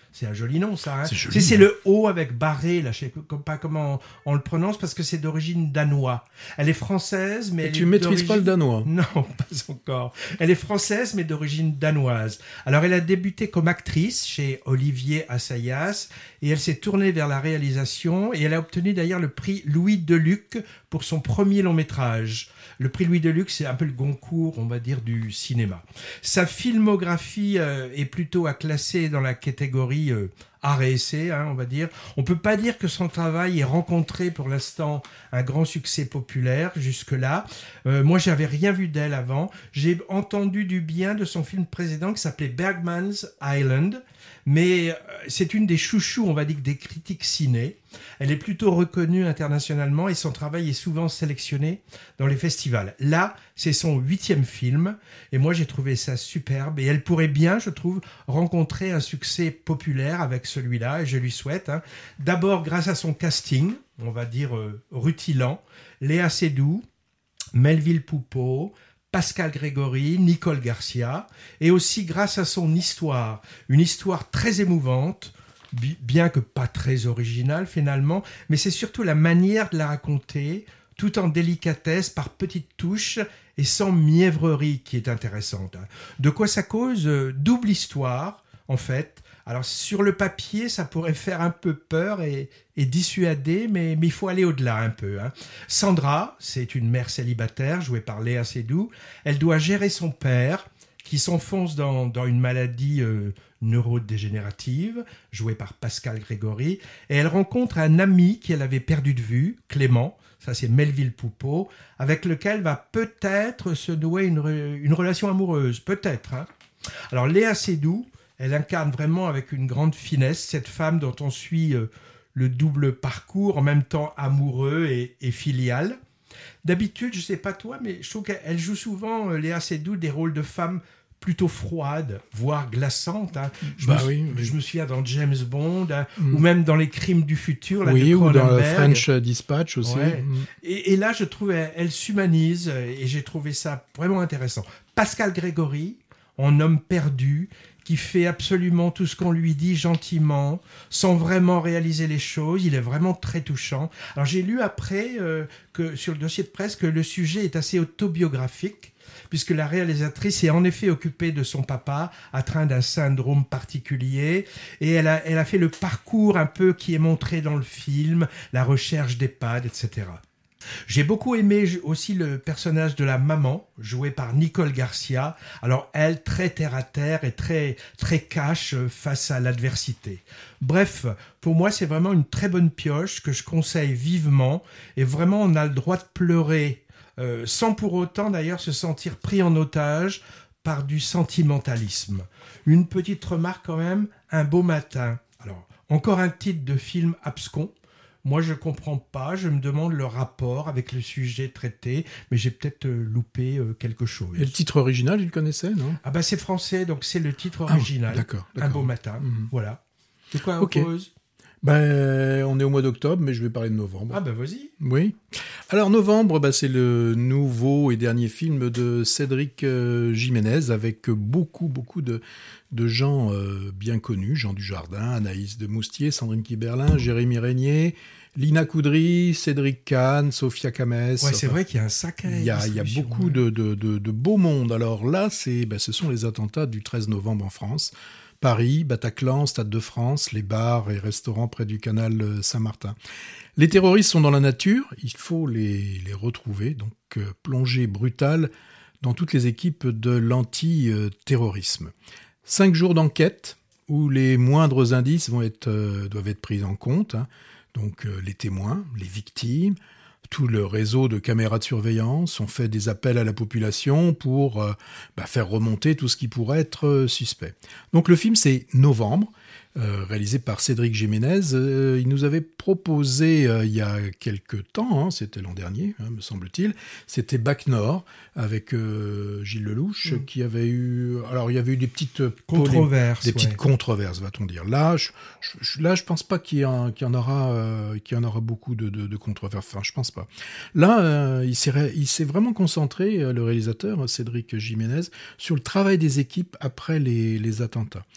C'est un joli nom, ça. Hein. C'est joli, c'est, c'est hein. le O avec barré, là, je sais pas comment on le prononce, parce que c'est d'origine danois. Elle est française, mais... Et elle tu est maîtrises pas le danois? Non, pas encore. Elle est française, mais d'origine danoise. Alors, elle a débuté comme actrice chez Olivier Assayas, et elle s'est tournée vers la réalisation, et elle a obtenu d'ailleurs le prix Louis Deluc pour son premier long métrage. Le prix Louis Deluc, c'est un peu le Goncourt, on va dire, du cinéma. Sa filmographie euh, est plutôt à classer dans la catégorie euh, art et essai, hein, on va dire. On peut pas dire que son travail ait rencontré pour l'instant un grand succès populaire jusque-là. Euh, moi, j'avais rien vu d'elle avant. J'ai entendu du bien de son film précédent qui s'appelait Bergman's Island, mais euh, c'est une des chouchous, on va dire, des critiques ciné. Elle est plutôt reconnue internationalement et son travail est souvent sélectionné dans les festivals. Là, c'est son huitième film et moi j'ai trouvé ça superbe et elle pourrait bien, je trouve, rencontrer un succès populaire avec celui-là et je lui souhaite. Hein. D'abord grâce à son casting, on va dire euh, rutilant, Léa Seydoux, Melville Poupeau, Pascal Grégory, Nicole Garcia, et aussi grâce à son histoire, une histoire très émouvante, bien que pas très originale finalement, mais c'est surtout la manière de la raconter, tout en délicatesse, par petites touches et sans mièvrerie qui est intéressante. De quoi ça cause ? Double histoire, en fait. Alors sur le papier, ça pourrait faire un peu peur et, et dissuader, mais, mais il faut aller au-delà un peu. Hein. Sandra, c'est une mère célibataire, jouée par Léa Seydoux. Elle doit gérer son père, qui s'enfonce dans, dans une maladie euh, neurodégénérative, jouée par Pascal Grégory, et elle rencontre un ami qu'elle avait perdu de vue, Clément, ça c'est Melville Poupeau, avec lequel va peut-être se nouer une, une relation amoureuse, peut-être. Hein. Alors Léa Seydoux, elle incarne vraiment avec une grande finesse cette femme dont on suit euh, le double parcours, en même temps amoureux et, et filial. D'habitude, je sais pas toi, mais je trouve qu'elle joue souvent, euh, Léa Seydoux, des rôles de femmes plutôt froides, voire glaçantes. Hein. Je, bah me, oui, oui. je me souviens dans James Bond, hein, mm. ou même dans Les Crimes du futur. Là, oui, de ou dans le Cronenberg. French Dispatch aussi. Ouais. Mm. Et, et là, je trouve, elle, elle s'humanise, et j'ai trouvé ça vraiment intéressant. Pascal Grégory, en homme perdu, qui fait absolument tout ce qu'on lui dit gentiment, sans vraiment réaliser les choses. Il est vraiment très touchant. Alors j'ai lu après euh, que sur le dossier de presse que le sujet est assez autobiographique, puisque la réalisatrice est en effet occupée de son papa, atteint d'un syndrome particulier, et elle a, elle a fait le parcours un peu qui est montré dans le film, la recherche d'EHPAD, et cetera. J'ai beaucoup aimé aussi le personnage de la maman, jouée par Nicole Garcia. Alors elle, très terre-à-terre et très, très cash face à l'adversité. Bref, pour moi, c'est vraiment une très bonne pioche que je conseille vivement. Et vraiment, on a le droit de pleurer, euh, sans pour autant d'ailleurs se sentir pris en otage par du sentimentalisme. Une petite remarque quand même, Un beau matin. Alors, encore un titre de film abscon. Moi, je ne comprends pas, je me demande le rapport avec le sujet traité, mais j'ai peut-être euh, loupé euh, quelque chose. Et le titre original, il le connaissait, non ? Ah bah c'est français, donc c'est le titre Ah, original. d'accord, Un d'accord. beau matin, Mhm. voilà. C'est quoi, Ok. Oppose ? Ben, on est au mois d'octobre, mais je vais parler de novembre. Ah bah vas-y. Oui. Alors novembre, bah, c'est le nouveau et dernier film de Cédric euh, Jiménez, avec beaucoup, beaucoup de, de gens euh, bien connus. Jean Dujardin, Anaïs de Moustier, Sandrine Kiberlin, Jérémy Régnier, Lina Coudry, Cédric Kahn, Sophia Kamès. Ouais, c'est Enfin, vrai qu'il y a un sacré. Il y a, il y a distribution, beaucoup ouais. de, de, de, de beau monde. Alors là, c'est, ben, ce sont les attentats du treize novembre en France. Paris, Bataclan, Stade de France, les bars et restaurants près du canal euh, Saint-Martin. Les terroristes sont dans la nature, il faut les, les retrouver. Donc, euh, plongée brutale dans toutes les équipes de l'anti-terrorisme. Cinq jours d'enquête où les moindres indices vont être, euh, doivent être pris en compte. Hein. Donc, euh, les témoins, les victimes, tout le réseau de caméras de surveillance. On fait des appels à la population pour euh, bah, faire remonter tout ce qui pourrait être euh, suspect. Donc le film, c'est Novembre, euh, réalisé par Cédric Jiménez. Euh, il nous avait proposé euh, il y a quelques temps, hein, c'était l'an dernier, hein, me semble-t-il, c'était Bac Nord avec euh, Gilles Lelouch, mmh. qui avait eu... Alors il y avait eu des petites... Controverses. Des petites ouais. controverses, va-t-on dire. Là, je, je, là, je pense pas qu'il y, a, qu'il y en aura, euh, qu'il y en aura beaucoup de, de, de controverses. Enfin, je pense pas. Là, euh, il, s'est, il s'est vraiment concentré, euh, le réalisateur, Cédric Jiménez, sur le travail des équipes après les, les attentats.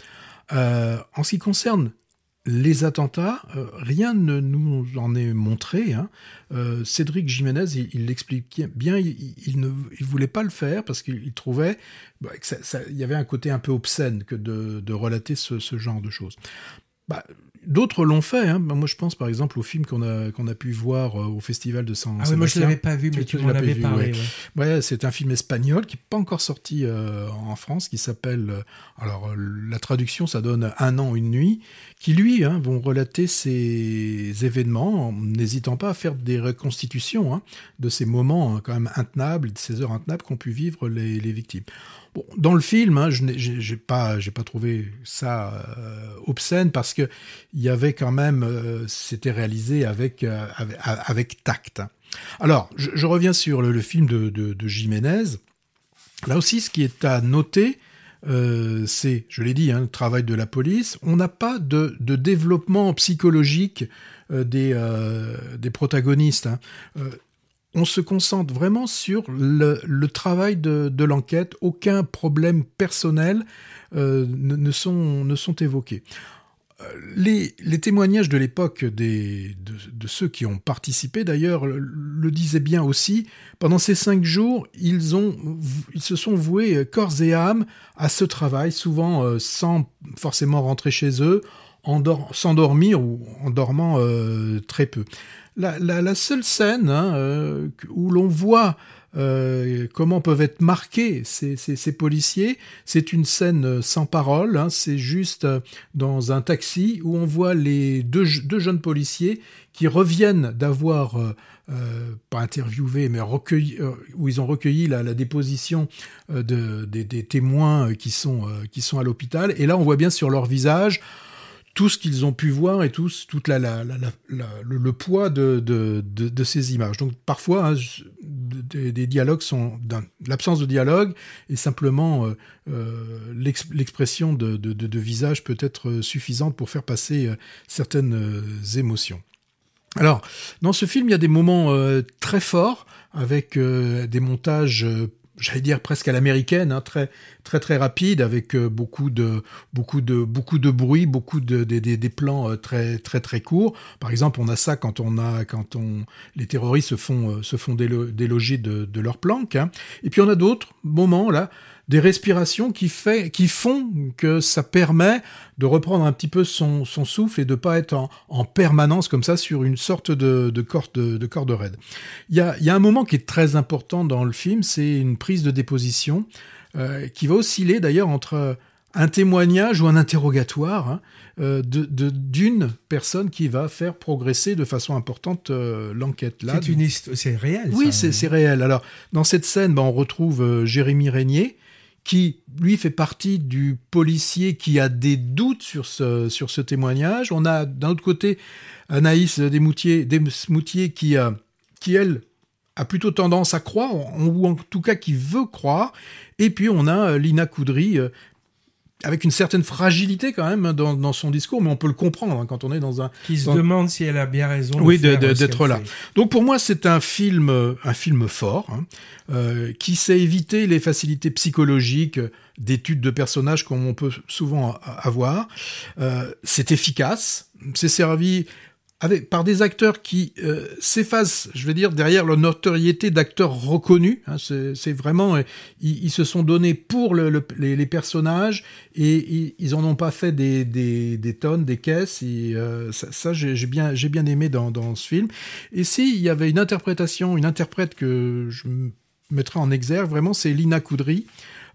Euh, en ce qui concerne les attentats, euh, rien ne nous en est montré. Hein. Euh, Cédric Jiménez, il, il l'expliquait bien, il, il ne il voulait pas le faire parce qu'il trouvait bah, que ça, ça, il y avait un côté un peu obscène que de, de relater ce, ce genre de choses. Bah, d'autres l'ont fait. Hein. Moi, je pense par exemple au film qu'on a, qu'on a pu voir euh, au festival de San Ah Sébastien. oui, moi je ne l'avais pas vu, mais tu, tu m'en avais parlé. Ouais. Ouais. Ouais, c'est un film espagnol qui n'est pas encore sorti euh, en France, qui s'appelle, euh, alors euh, la traduction ça donne Un an, une nuit, qui lui hein, vont relater ces événements en n'hésitant pas à faire des reconstitutions hein, de ces moments hein, quand même intenables, de ces heures intenables qu'ont pu vivre les, les victimes. Bon, dans le film, hein, je n'ai j'ai, j'ai pas, j'ai pas trouvé ça euh, obscène parce que il y avait quand même, euh, c'était réalisé avec, euh, avec avec tact. Alors, je, je reviens sur le, le film de, de, de Jiménez. Là aussi, ce qui est à noter, euh, c'est, je l'ai dit, hein, le travail de la police. On n'a pas de, de développement psychologique euh, des, euh, des protagonistes. Hein. Euh, On se concentre vraiment sur le, le travail de, de l'enquête. Aucun problème personnel euh, ne, ne, sont, ne sont évoqués. Les, les témoignages de l'époque des, de, de ceux qui ont participé, d'ailleurs, le, le disaient bien aussi. Pendant ces cinq jours, ils, ont, ils se sont voués corps et âme à ce travail, souvent euh, sans forcément rentrer chez eux, endor- s'endormir ou en dormant euh, très peu. La, la, la seule scène hein, euh, où l'on voit euh, comment peuvent être marqués ces, ces, ces policiers, c'est une scène sans parole. Hein, c'est juste dans un taxi où on voit les deux, deux jeunes policiers qui reviennent d'avoir, euh, euh, pas interviewé, mais recueilli, euh, où ils ont recueilli la, la déposition euh, de, des, des témoins qui sont, euh, qui sont à l'hôpital. Et là, on voit bien sur leur visage tout ce qu'ils ont pu voir et tout toute la, la, la, la, le, le poids de, de, de, de ces images. Donc parfois, hein, des, des dialogues sont d'un, l'absence de dialogue et simplement euh, euh, l'ex, l'expression de, de, de, de visage peut être suffisante pour faire passer euh, certaines euh, émotions. Alors, dans ce film, il y a des moments euh, très forts avec euh, des montages euh, j'allais dire presque à l'américaine, hein, très très très rapide, avec euh, beaucoup de beaucoup de beaucoup de bruit, beaucoup de des de, des plans euh, très très très courts. Par exemple, on a ça quand on a quand on les terroristes se font euh, se font délo- déloger de de leur planque. Hein. Et puis on a d'autres moments là, des respirations qui fait qui font que ça permet de reprendre un petit peu son son souffle et de pas être en, en permanence comme ça sur une sorte de de corde de, de corde raide. Il y a il y a un moment qui est très important dans le film, c'est une prise de déposition euh, qui va osciller d'ailleurs entre un témoignage ou un interrogatoire hein, euh, de, de d'une personne qui va faire progresser de façon importante euh, l'enquête. Là, c'est une histoire, c'est réel. Oui, ça, c'est hein. c'est réel. Alors dans cette scène, ben, on retrouve euh, Jérémy Régnier, qui, lui, fait partie du policier qui a des doutes sur ce, sur ce témoignage. On a, d'un autre côté, Anaïs Desmoutiers, Desmoutiers qui, a, qui, elle, a plutôt tendance à croire, ou en tout cas qui veut croire. Et puis, on a Lina Coudry, avec une certaine fragilité quand même dans, dans son discours, mais on peut le comprendre hein, quand on est dans un... Qui se dans... demande si elle a bien raison oui, de faire de, de, ce d'être là. fait. Donc pour moi, c'est un film, un film fort, hein, euh, qui sait éviter les facilités psychologiques d'études de personnages comme on peut souvent avoir. Euh, c'est efficace, c'est servi... Avec, par des acteurs qui euh, s'effacent, je veux dire, derrière leur notoriété d'acteurs reconnus. Hein, c'est, c'est vraiment, euh, ils, ils se sont donnés pour le, le, les, les personnages et, et ils en ont pas fait des, des, des tonnes, des caisses. Et, euh, ça, ça j'ai, j'ai bien, j'ai bien aimé dans, dans ce film. Et s'il y avait une interprétation, une interprète que je mettrais en exergue, vraiment, c'est Lina Coudry.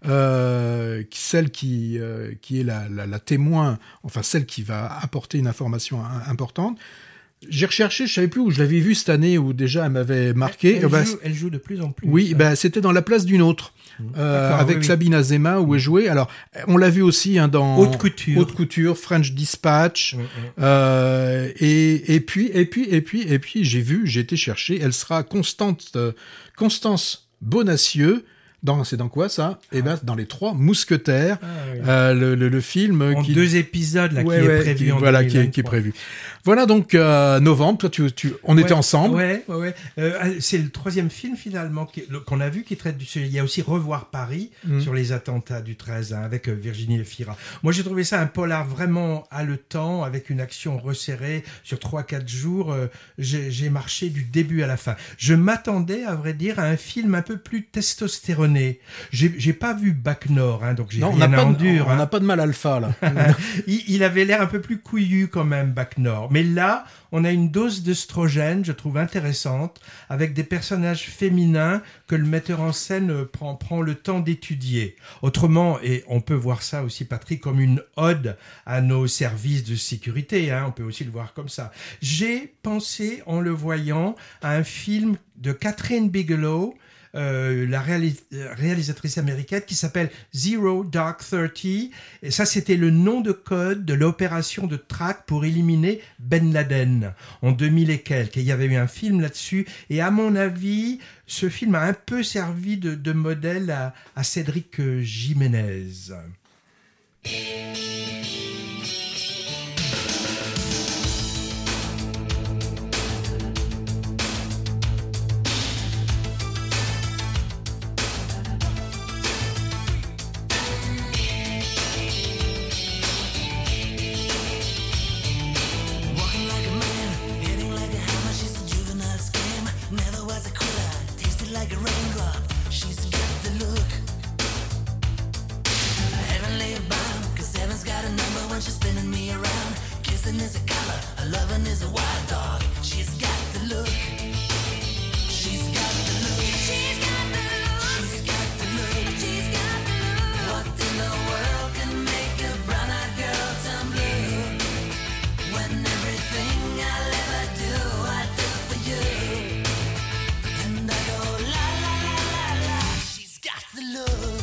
Euh, celle qui euh, qui est la, la, la témoin, enfin celle qui va apporter une information un, importante. J'ai recherché, je savais plus où je l'avais vue cette année où déjà elle m'avait marqué. Elle, elle, bah, joue, elle joue de plus en plus. Oui, bah, c'était dans La place d'une autre, euh, avec oui, oui. Sabine Azema où elle jouait. Alors on l'a vu aussi hein, dans Haute Couture, Haute Couture, French Dispatch, oui, oui. Euh, et et puis et puis et puis et puis j'ai vu, j'ai été chercher. Elle sera Constance euh, Constance Bonacieux. Dans, c'est dans quoi ça ? Eh ben, dans Les Trois Mousquetaires, ah, oui. euh, le, le, le film en qui deux épisodes là ouais, qui ouais, est prévu qui, en voilà qui est, qui est prévu. Voilà donc euh, novembre, toi tu, tu on Ouais, était ensemble. Ouais, ouais, ouais. Euh, c'est le troisième film finalement qui- le- qu'on a vu qui traite du sujet. Il y a aussi Revoir Paris Mm. sur les attentats du treize hein, avec euh, Virginie Efira. Moi j'ai trouvé ça un polar vraiment haletant avec une action resserrée sur trois quatre jours. Euh, j'ai, j'ai marché du début à la fin. Je m'attendais à vrai dire à un film un peu plus testostéroné. J'ai, j'ai pas vu Bac Nord, hein, donc j'ai Non, on rien n'a à pas, en de- dire. on hein. n'a pas de mal alpha là. il, il avait l'air un peu plus couillu quand même, Bac Nord. Mais là, on a une dose d'œstrogène, je trouve intéressante, avec des personnages féminins que le metteur en scène euh, prend, prend le temps d'étudier. Autrement, et on peut voir ça aussi, Patrick, comme une ode à nos services de sécurité, hein, on peut aussi le voir comme ça. J'ai pensé, en le voyant, à un film de Catherine Bigelow, Euh, la réalis- réalisatrice américaine qui s'appelle Zero Dark Thirty. Et ça, c'était le nom de code de l'opération de traque pour éliminer Ben Laden en deux mille et quelques. Et il y avait eu un film là-dessus. Et à mon avis, ce film a un peu servi de, de modèle à, à Cédric euh, Jiménez. Walking like a man, hitting like a hammer. She's a juvenile scam. Never was a quitter. Tasted like a raindrop. She's got the look. Heavenly bound, 'cause heaven's got a number when she's spinning me around. Kissing is a color, a loving is a wild dog. She's got the look. She's got the look. She's got the look. She's got the look. She's got the look. What in the world can make a brown-eyed girl turn blue? When everything I'll ever do, I do for you. And I go la la la la la. She's got the look.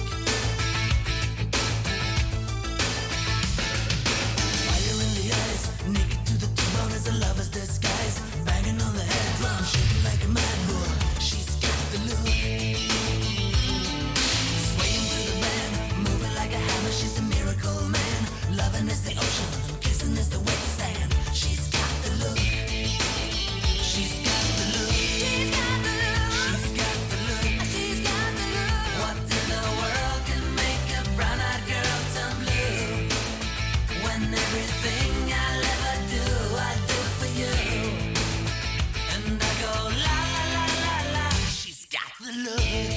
Fire in the eyes, naked to the bone as a lover's disguise. Banging on the head drum, shaking like a mad bull. She's got the look. Swaying through the band, moving like a hammer. She's a miracle man. Loving is the ocean, kissing is the wet sand. She's got the look. She's got the look. She's got the look. She's got the look. She's got the look. What in the world can make a brown-eyed girl turn blue? When everything I'll ever do, I do for you. And I go la la la la la. She's got the look.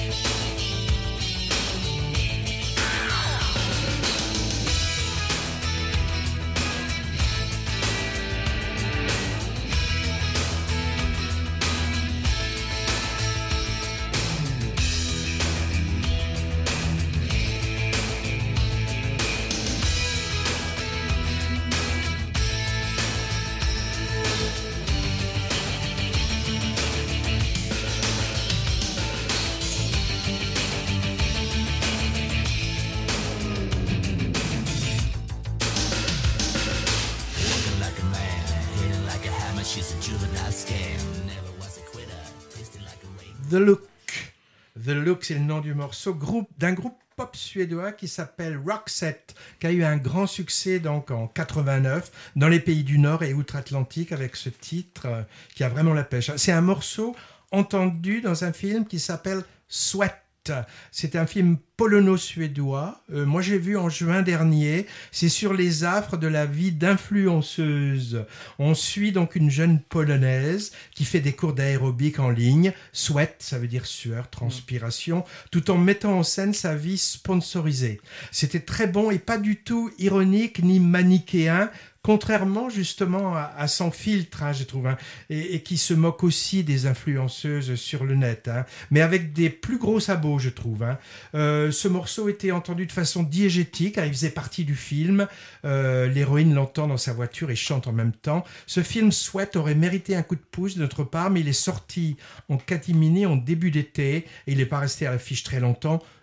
Walking like a man, hitting like a hammer. She's a juvenile scam. Never was a quitter. Tasted like a rain. The Look. The Look, c'est le nom du morceau groupe, d'un groupe pop suédois qui s'appelle Roxette, qui a eu un grand succès donc en quatre-vingt-neuf dans les pays du Nord et outre-Atlantique avec ce titre euh, qui a vraiment la pêche. C'est un morceau entendu dans un film qui s'appelle Sweat. C'est un film polono-suédois. Euh, moi, j'ai vu en juin dernier. C'est sur les affres de la vie d'influenceuse. On suit donc une jeune polonaise qui fait des cours d'aérobic en ligne. Sweat, ça veut dire sueur, transpiration, tout en mettant en scène sa vie sponsorisée. C'était très bon et pas du tout ironique ni manichéen. Contrairement justement à, à Sans filtre, hein, je trouve, hein, et, et qui se moque aussi des influenceuses sur le net, hein, mais avec des plus gros sabots, je trouve. Hein. Euh, ce morceau était entendu de façon diégétique, hein, il faisait partie du film. Euh, l'héroïne l'entend dans sa voiture et chante en même temps. Ce film Sweat aurait mérité un coup de pouce de notre part, mais il est sorti en catimini en début d'été et il n'est pas resté à l'affiche très longtemps.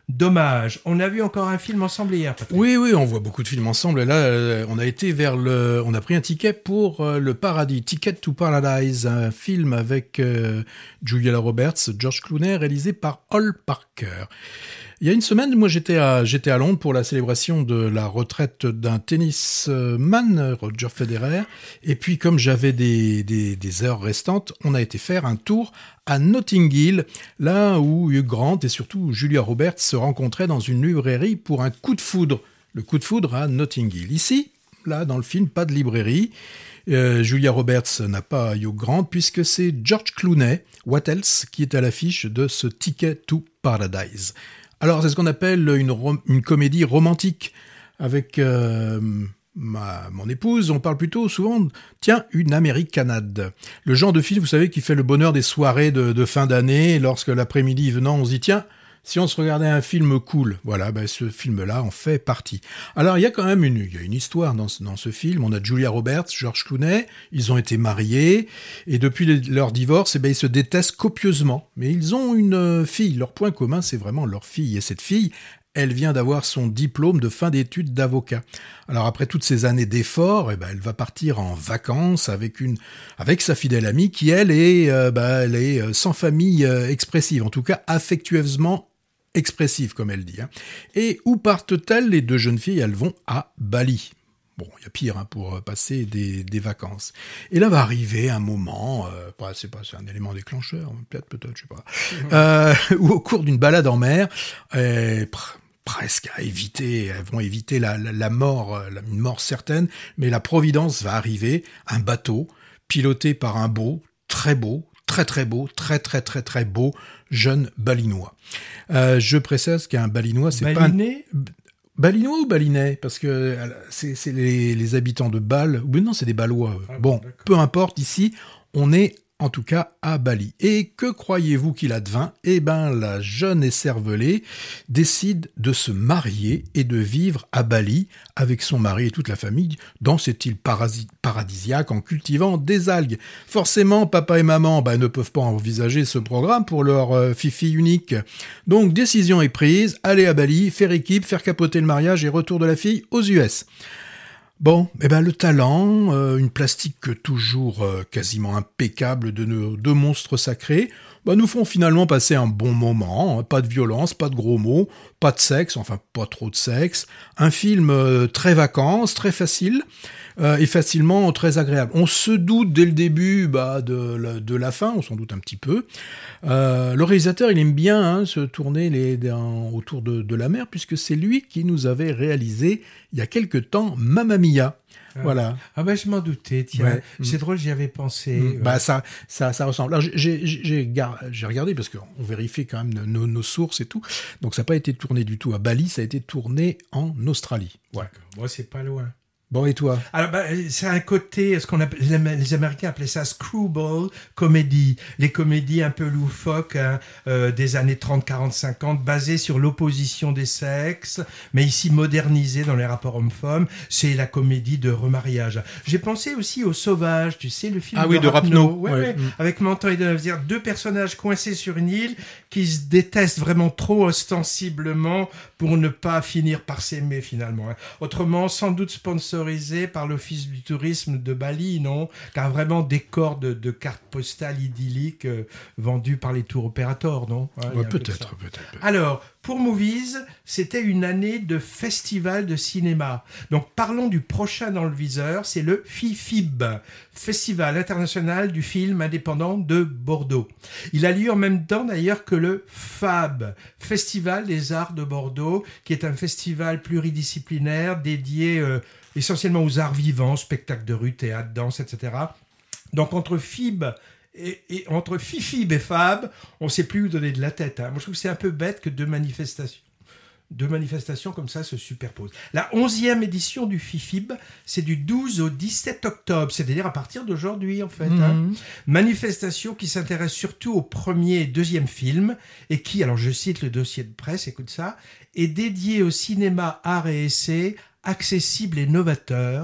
Dommage. On a vu encore un film ensemble hier, Patrick. Oui, oui, on voit beaucoup de films ensemble. Et là, euh, on a été vers le, on a pris un ticket pour euh, le paradis, Ticket to Paradise, un film avec euh, Julia Roberts, George Clooney, réalisé par Hal Parker. Il y a une semaine, moi, j'étais à, j'étais à Londres pour la célébration de la retraite d'un tennisman, Roger Federer. Et puis, comme j'avais des, des, des heures restantes, on a été faire un tour à Notting Hill, là où Hugh Grant et surtout Julia Roberts se rencontraient dans une librairie pour un coup de foudre. Le coup de foudre à Notting Hill. Ici, là, dans le film, pas de librairie. Euh, Julia Roberts n'a pas Hugh Grant puisque c'est George Clooney, What Else, qui est à l'affiche de ce Ticket to Paradise. Alors, c'est ce qu'on appelle une, rom- une comédie romantique avec euh, ma, mon épouse. On parle plutôt souvent, de, tiens, une Américanade. Le genre de film, vous savez, qui fait le bonheur des soirées de, de fin d'année. Lorsque l'après-midi venant, on se dit, tiens, si on se regardait un film cool, voilà, ben ce film-là en fait partie. Alors, il y a quand même une, il y a une histoire dans ce, dans ce film. On a Julia Roberts, George Clooney, ils ont été mariés, et depuis les, leur divorce, eh ben, ils se détestent copieusement. Mais ils ont une fille. Leur point commun, c'est vraiment leur fille. Et cette fille, elle vient d'avoir son diplôme de fin d'études d'avocat. Alors après toutes ces années d'efforts, eh ben elle va partir en vacances avec une, avec sa fidèle amie qui elle est, euh, bah, elle est sans famille euh, expressive, en tout cas affectueusement expressive comme elle dit. Hein. Et où partent-elles les deux jeunes filles? Elles vont à Bali. Bon, il y a pire hein, pour passer des, des vacances. Et là va arriver un moment, euh, bah, c'est pas c'est un élément déclencheur, peut-être, peut-être, je sais pas, mmh. euh, où au cours d'une balade en mer, euh, pr- presque à éviter, elles vont éviter la, la, la mort, la, une mort certaine, mais la providence va arriver, un bateau piloté par un beau, très beau, très très beau, très très très très beau jeune balinois. Euh, je précise qu'un balinois, c'est Baliné pas un... Balinois ou balinais? Parce que c'est, c'est les, les habitants de Bâle. Ou non, c'est des Balois. Ah, bon, d'accord. Peu importe, ici, on est en tout cas à Bali. Et que croyez-vous qu'il advint? Eh ben, la jeune écervelée décide de se marier et de vivre à Bali avec son mari et toute la famille dans cette île parasi- paradisiaque en cultivant des algues. Forcément, papa et maman ben, ne peuvent pas envisager ce programme pour leur euh, fifi unique. Donc, décision est prise, aller à Bali, faire équipe, faire capoter le mariage et retour de la fille aux U S. Bon, eh ben le talent, euh, une plastique toujours euh, quasiment impeccable de nos deux monstres sacrés, bah, nous font finalement passer un bon moment, hein, pas de violence, pas de gros mots, pas de sexe, enfin pas trop de sexe, un film euh, très vacances, très facile euh, et facilement très agréable. On se doute dès le début bah, de, la, de la fin, on s'en doute un petit peu. Euh, le réalisateur, il aime bien hein, se tourner les, dans, autour de, de la mer, puisque c'est lui qui nous avait réalisé il y a quelque temps Mamma Mia. Ah. Voilà. Ah ben je m'en doutais, tiens. Ouais. C'est mmh. drôle, j'y avais pensé. Mmh. Ouais. Bah ça, ça, ça ressemble. Alors j'ai, j'ai, j'ai, j'ai regardé parce qu'on vérifie quand même nos, nos sources et tout. Donc ça n'a pas été tourné du tout à Bali, ça a été tourné en Australie. Ouais. D'accord. Moi, c'est pas loin. Bon, et toi? Alors, bah, c'est un côté, ce qu'on appelle, les Américains appelaient ça screwball comédie. Les comédies un peu loufoques, hein, euh, des années trente, quarante, cinquante, basées sur l'opposition des sexes, mais ici modernisées dans les rapports hommes-femmes. C'est la comédie de remariage. J'ai pensé aussi au Sauvage, tu sais, le film ah, de, oui, de Rapneau. Rapneau. Ouais, ouais. ouais. Mmh. Avec Menton et Deneuve, deux personnages coincés sur une île qui se détestent vraiment trop ostensiblement pour ne pas finir par s'aimer finalement. Hein. Autrement, sans doute sponsorisé par l'Office du tourisme de Bali, non? Car vraiment décor de, de cartes postales idylliques euh, vendues par les tour opérateurs, non? Ouais, ouais, peut-être, peut-être, peut-être. Alors, pour Movies, c'était une année de festival de cinéma. Donc, parlons du prochain dans le viseur, c'est le FIFIB, Festival international du film indépendant de Bordeaux. Il a lieu en même temps d'ailleurs que le FAB, Festival des Arts de Bordeaux, qui est un festival pluridisciplinaire dédié euh, essentiellement aux arts vivants, spectacles de rue, théâtre, danse, et cetera. Donc entre F I B et, et entre FIFIB et FAB, on ne sait plus où donner de la tête. Hein. Moi, je trouve que c'est un peu bête que deux manifestations, deux manifestations comme ça se superposent. La onzième édition du FIFIB, c'est du douze au dix-sept octobre, c'est-à-dire à partir d'aujourd'hui, en fait. Mmh. Hein. Manifestation qui s'intéresse surtout au premier et deuxième film et qui, alors je cite le dossier de presse, écoute ça, est dédiée au cinéma, art et essai, accessible et novateur.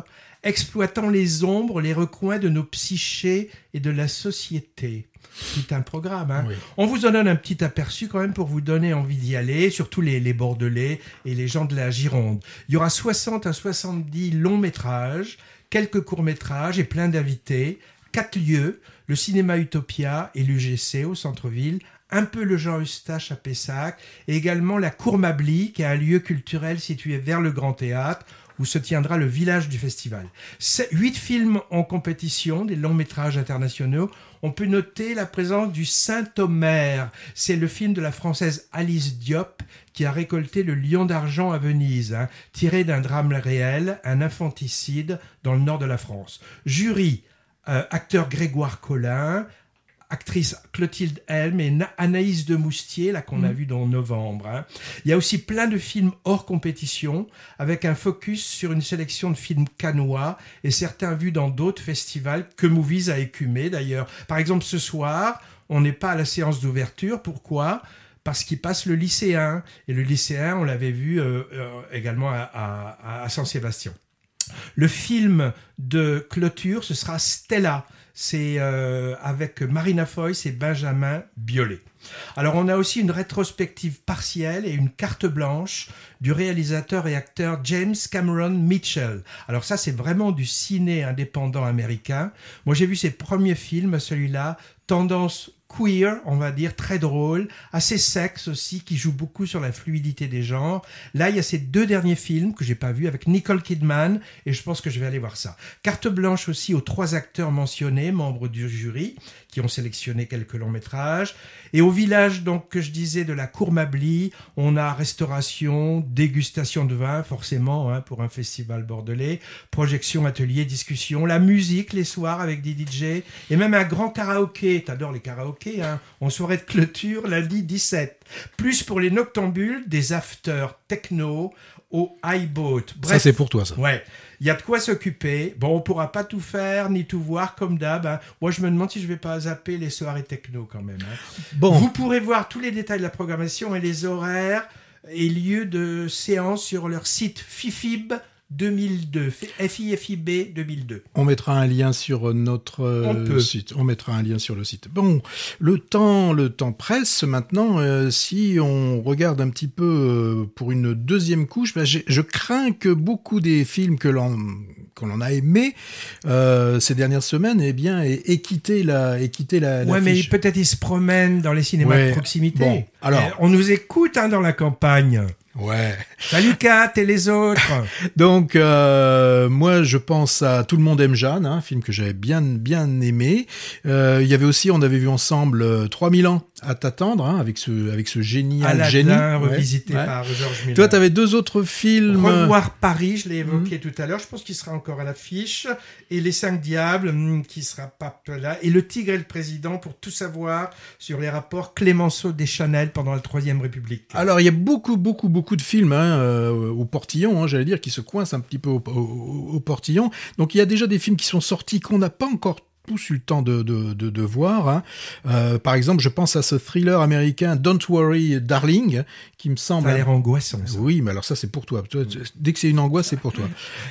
exploitant les ombres, les recoins de nos psychés et de la société. Tout un programme. Hein. Oui. On vous en donne un petit aperçu quand même pour vous donner envie d'y aller, surtout les, les Bordelais et les gens de la Gironde. Il y aura soixante à soixante-dix longs métrages, quelques courts métrages et plein d'invités, quatre lieux, le cinéma Utopia et l'U G C au centre-ville, un peu le Jean Eustache à Pessac, et également la Cour Mably, qui est un lieu culturel situé vers le Grand Théâtre, où se tiendra le village du festival. C'est huit films en compétition, des longs métrages internationaux. On peut noter la présence du Saint-Omer. C'est le film de la Française Alice Diop qui a récolté le Lion d'argent à Venise, hein, tiré d'un drame réel, un infanticide dans le nord de la France. Jury, euh, acteur Grégoire Collin, actrice Clotilde Helm et Na- Anaïs de Moustier, là qu'on mmh. a vu dans novembre. Hein. Il y a aussi plein de films hors compétition, avec un focus sur une sélection de films cannois et certains vus dans d'autres festivals que Movies a écumé d'ailleurs. Par exemple, ce soir, on n'est pas à la séance d'ouverture. Pourquoi ? Parce qu'il passe le lycéen. Et le lycéen, on l'avait vu euh, euh, également à, à, à Saint-Sébastien. Le film de clôture, ce sera Stella. C'est euh, avec Marina Foïs et Benjamin Biolay. Alors on a aussi une rétrospective partielle et une carte blanche du réalisateur et acteur James Cameron Mitchell. Alors ça c'est vraiment du ciné indépendant américain. Moi j'ai vu ses premiers films, celui-là, tendance queer, on va dire, très drôle, assez sexe aussi, qui joue beaucoup sur la fluidité des genres. Là, il y a ces deux derniers films que j'ai pas vus avec Nicole Kidman, et je pense que je vais aller voir ça. Carte blanche aussi aux trois acteurs mentionnés, membres du jury, qui ont sélectionné quelques longs métrages. Et au village, donc, que je disais, de la Cour Mably, on a restauration, dégustation de vin, forcément, hein, pour un festival bordelais, projection, atelier, discussion, la musique les soirs avec des D J, et même un grand karaoké. T'adores les karaokés, hein, en soirée de clôture, lundi dix-sept. Plus pour les noctambules, des afters techno au highboat. Bref, ça, c'est pour toi, ça. Ouais. Il y a de quoi s'occuper. Bon, on pourra pas tout faire ni tout voir comme d'hab. Hein. Moi, je me demande si je vais pas zapper les soirées techno quand même. Hein. Bon. Vous pourrez voir tous les détails de la programmation et les horaires et lieux de séance sur leur site Fifib deux mille deux, F I F I B deux mille deux. On mettra un lien sur notre euh, site. On mettra un lien sur le site. Bon, le temps, le temps presse maintenant. Euh, si on regarde un petit peu euh, pour une deuxième couche, ben, je crains que beaucoup des films que l'on qu'on en a aimés euh, ces dernières semaines, eh bien, aient, aient quitté la, aient quitté la. Ouais, la mais fiche. Peut-être ils se promènent dans les cinémas ouais. de proximité. Bon, alors, et on nous écoute hein, dans la campagne. Ouais. Salut Kat et les autres. Donc euh, moi je pense à Tout le monde aime Jeanne, un hein, film que j'avais bien bien aimé. Euh, il y avait aussi, on avait vu ensemble euh, trois mille ans à t'attendre, hein, avec ce avec ce génial Aladdin, génie revisité ouais, par ouais. Georges Miller. Toi, tu avais deux autres films. Revoir Paris, je l'ai évoqué mmh. tout à l'heure. Je pense qu'il sera encore à l'affiche. Et Les Cinq Diables, mmh, qui sera pas là. Et Le Tigre et le Président pour tout savoir sur les rapports Clémenceau-Deschanel pendant la Troisième République. Alors il y a beaucoup beaucoup beaucoup de films hein, euh, au portillon, hein, j'allais dire, qui se coincent un petit peu au, au, au portillon. Donc il y a déjà des films qui sont sortis qu'on n'a pas encore tous eu le temps de, de, de, de voir. Hein. Euh, par exemple, je pense à ce thriller américain Don't Worry Darling, qui me semble... Ça a l'air angoissant, ça. Oui, mais alors ça, c'est pour toi. Dès que c'est une angoisse, c'est pour toi.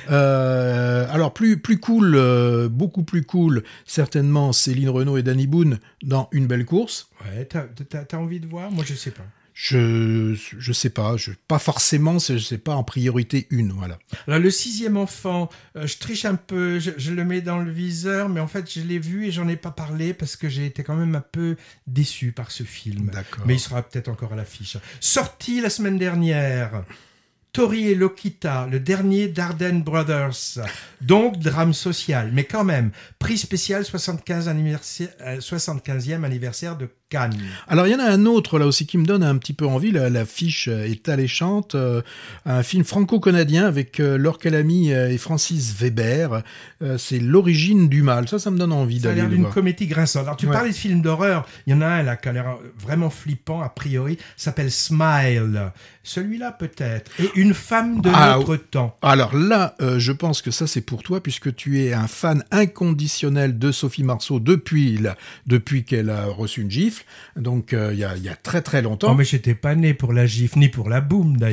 Euh, alors, plus, plus cool, euh, beaucoup plus cool, certainement, Céline Renaud et Danny Boone dans Une belle course. Ouais, t'as, t'as, t'as envie de voir ? Moi, je sais pas. Je je sais pas, je pas forcément, je sais pas en priorité une, voilà. Alors le sixième enfant, euh, je triche un peu, je, je le mets dans le viseur, mais en fait je l'ai vu et j'en ai pas parlé parce que j'ai été quand même un peu déçu par ce film. D'accord. Mais il sera peut-être encore à l'affiche. Sorti la semaine dernière. Tori et Lokita, le dernier Dardenne Brothers, donc drame social, mais quand même, prix spécial soixante-quinze anniversaire, euh, soixante-quinzième anniversaire de Cannes. Alors il y en a un autre là aussi qui me donne un petit peu envie, la, la fiche est alléchante, euh, un film franco-canadien avec euh, Laure Calamy et Francis Weber, euh, c'est L'origine du mal, ça ça me donne envie ça d'aller a l'air le d'une voir. comédie grinçante. Alors tu Ouais. parlais de films d'horreur, il y en a un là qui a l'air vraiment flippant a priori, s'appelle Smile, celui-là peut-être, et Une femme de Ah, notre temps. Alors là, euh, je pense que ça c'est pour toi puisque tu es un fan inconditionnel de Sophie Marceau depuis la, depuis qu'elle a reçu une gifle. Donc il euh, y, a, y a très très longtemps. Oh mais j'étais pas né pour la gifle, ni pour la boum d'ailleurs.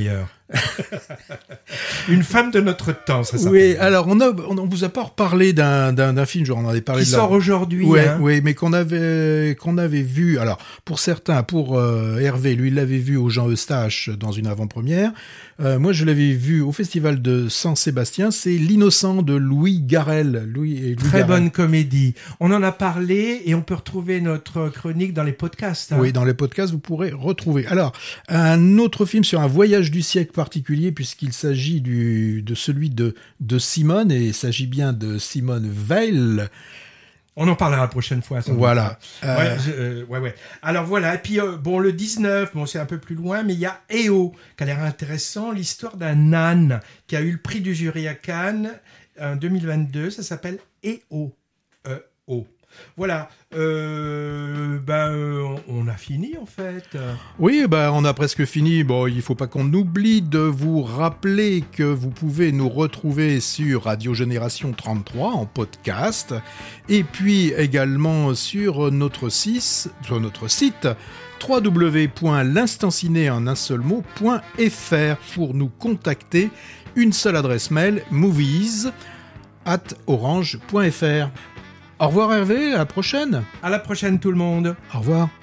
Une femme de notre temps, ça s'appelle. Oui, alors on a, on, on vous a pas reparlé d'un, d'un, d'un film, genre on en avait parlé Qui de la- sort aujourd'hui. Ouais, hein. ouais, mais qu'on avait, qu'on avait vu. Alors, pour certains, pour euh, Hervé, lui, il l'avait vu au Jean Eustache dans une avant-première. Euh, moi, je l'avais vu au festival de Saint-Sébastien. C'est L'Innocent de Louis Garrel. Louis et Louis Très Garrel. bonne comédie. On en a parlé et on peut retrouver notre chronique dans les podcasts. hein. Oui, dans les podcasts, vous pourrez retrouver. Alors, un autre film sur un voyage du siècle particulier, puisqu'il s'agit du, de celui de, de Simone, et il s'agit bien de Simone Weil. On en parlera la prochaine fois. sans doute. Voilà. Ouais, Euh, je- euh, ouais, ouais. Alors voilà. Et puis euh, bon, le dix-neuf, bon, c'est un peu plus loin, mais il y a E O qui a l'air intéressant. L'histoire d'un âne qui a eu le prix du jury à Cannes en deux mille vingt-deux. Ça s'appelle E O. E O. Voilà. Euh, ben, euh, on a fini en fait. Oui, bah, on a presque fini. Bon, il faut pas qu'on oublie de vous rappeler que vous pouvez nous retrouver sur Radio Génération trente-trois en podcast, et puis également sur notre site, sur notre site w w w point l'instanciné en un seul mot point f r pour nous contacter. Une seule adresse mail, movies at orange point f r. Au revoir Hervé, à la prochaine. À la prochaine tout le monde. Au revoir.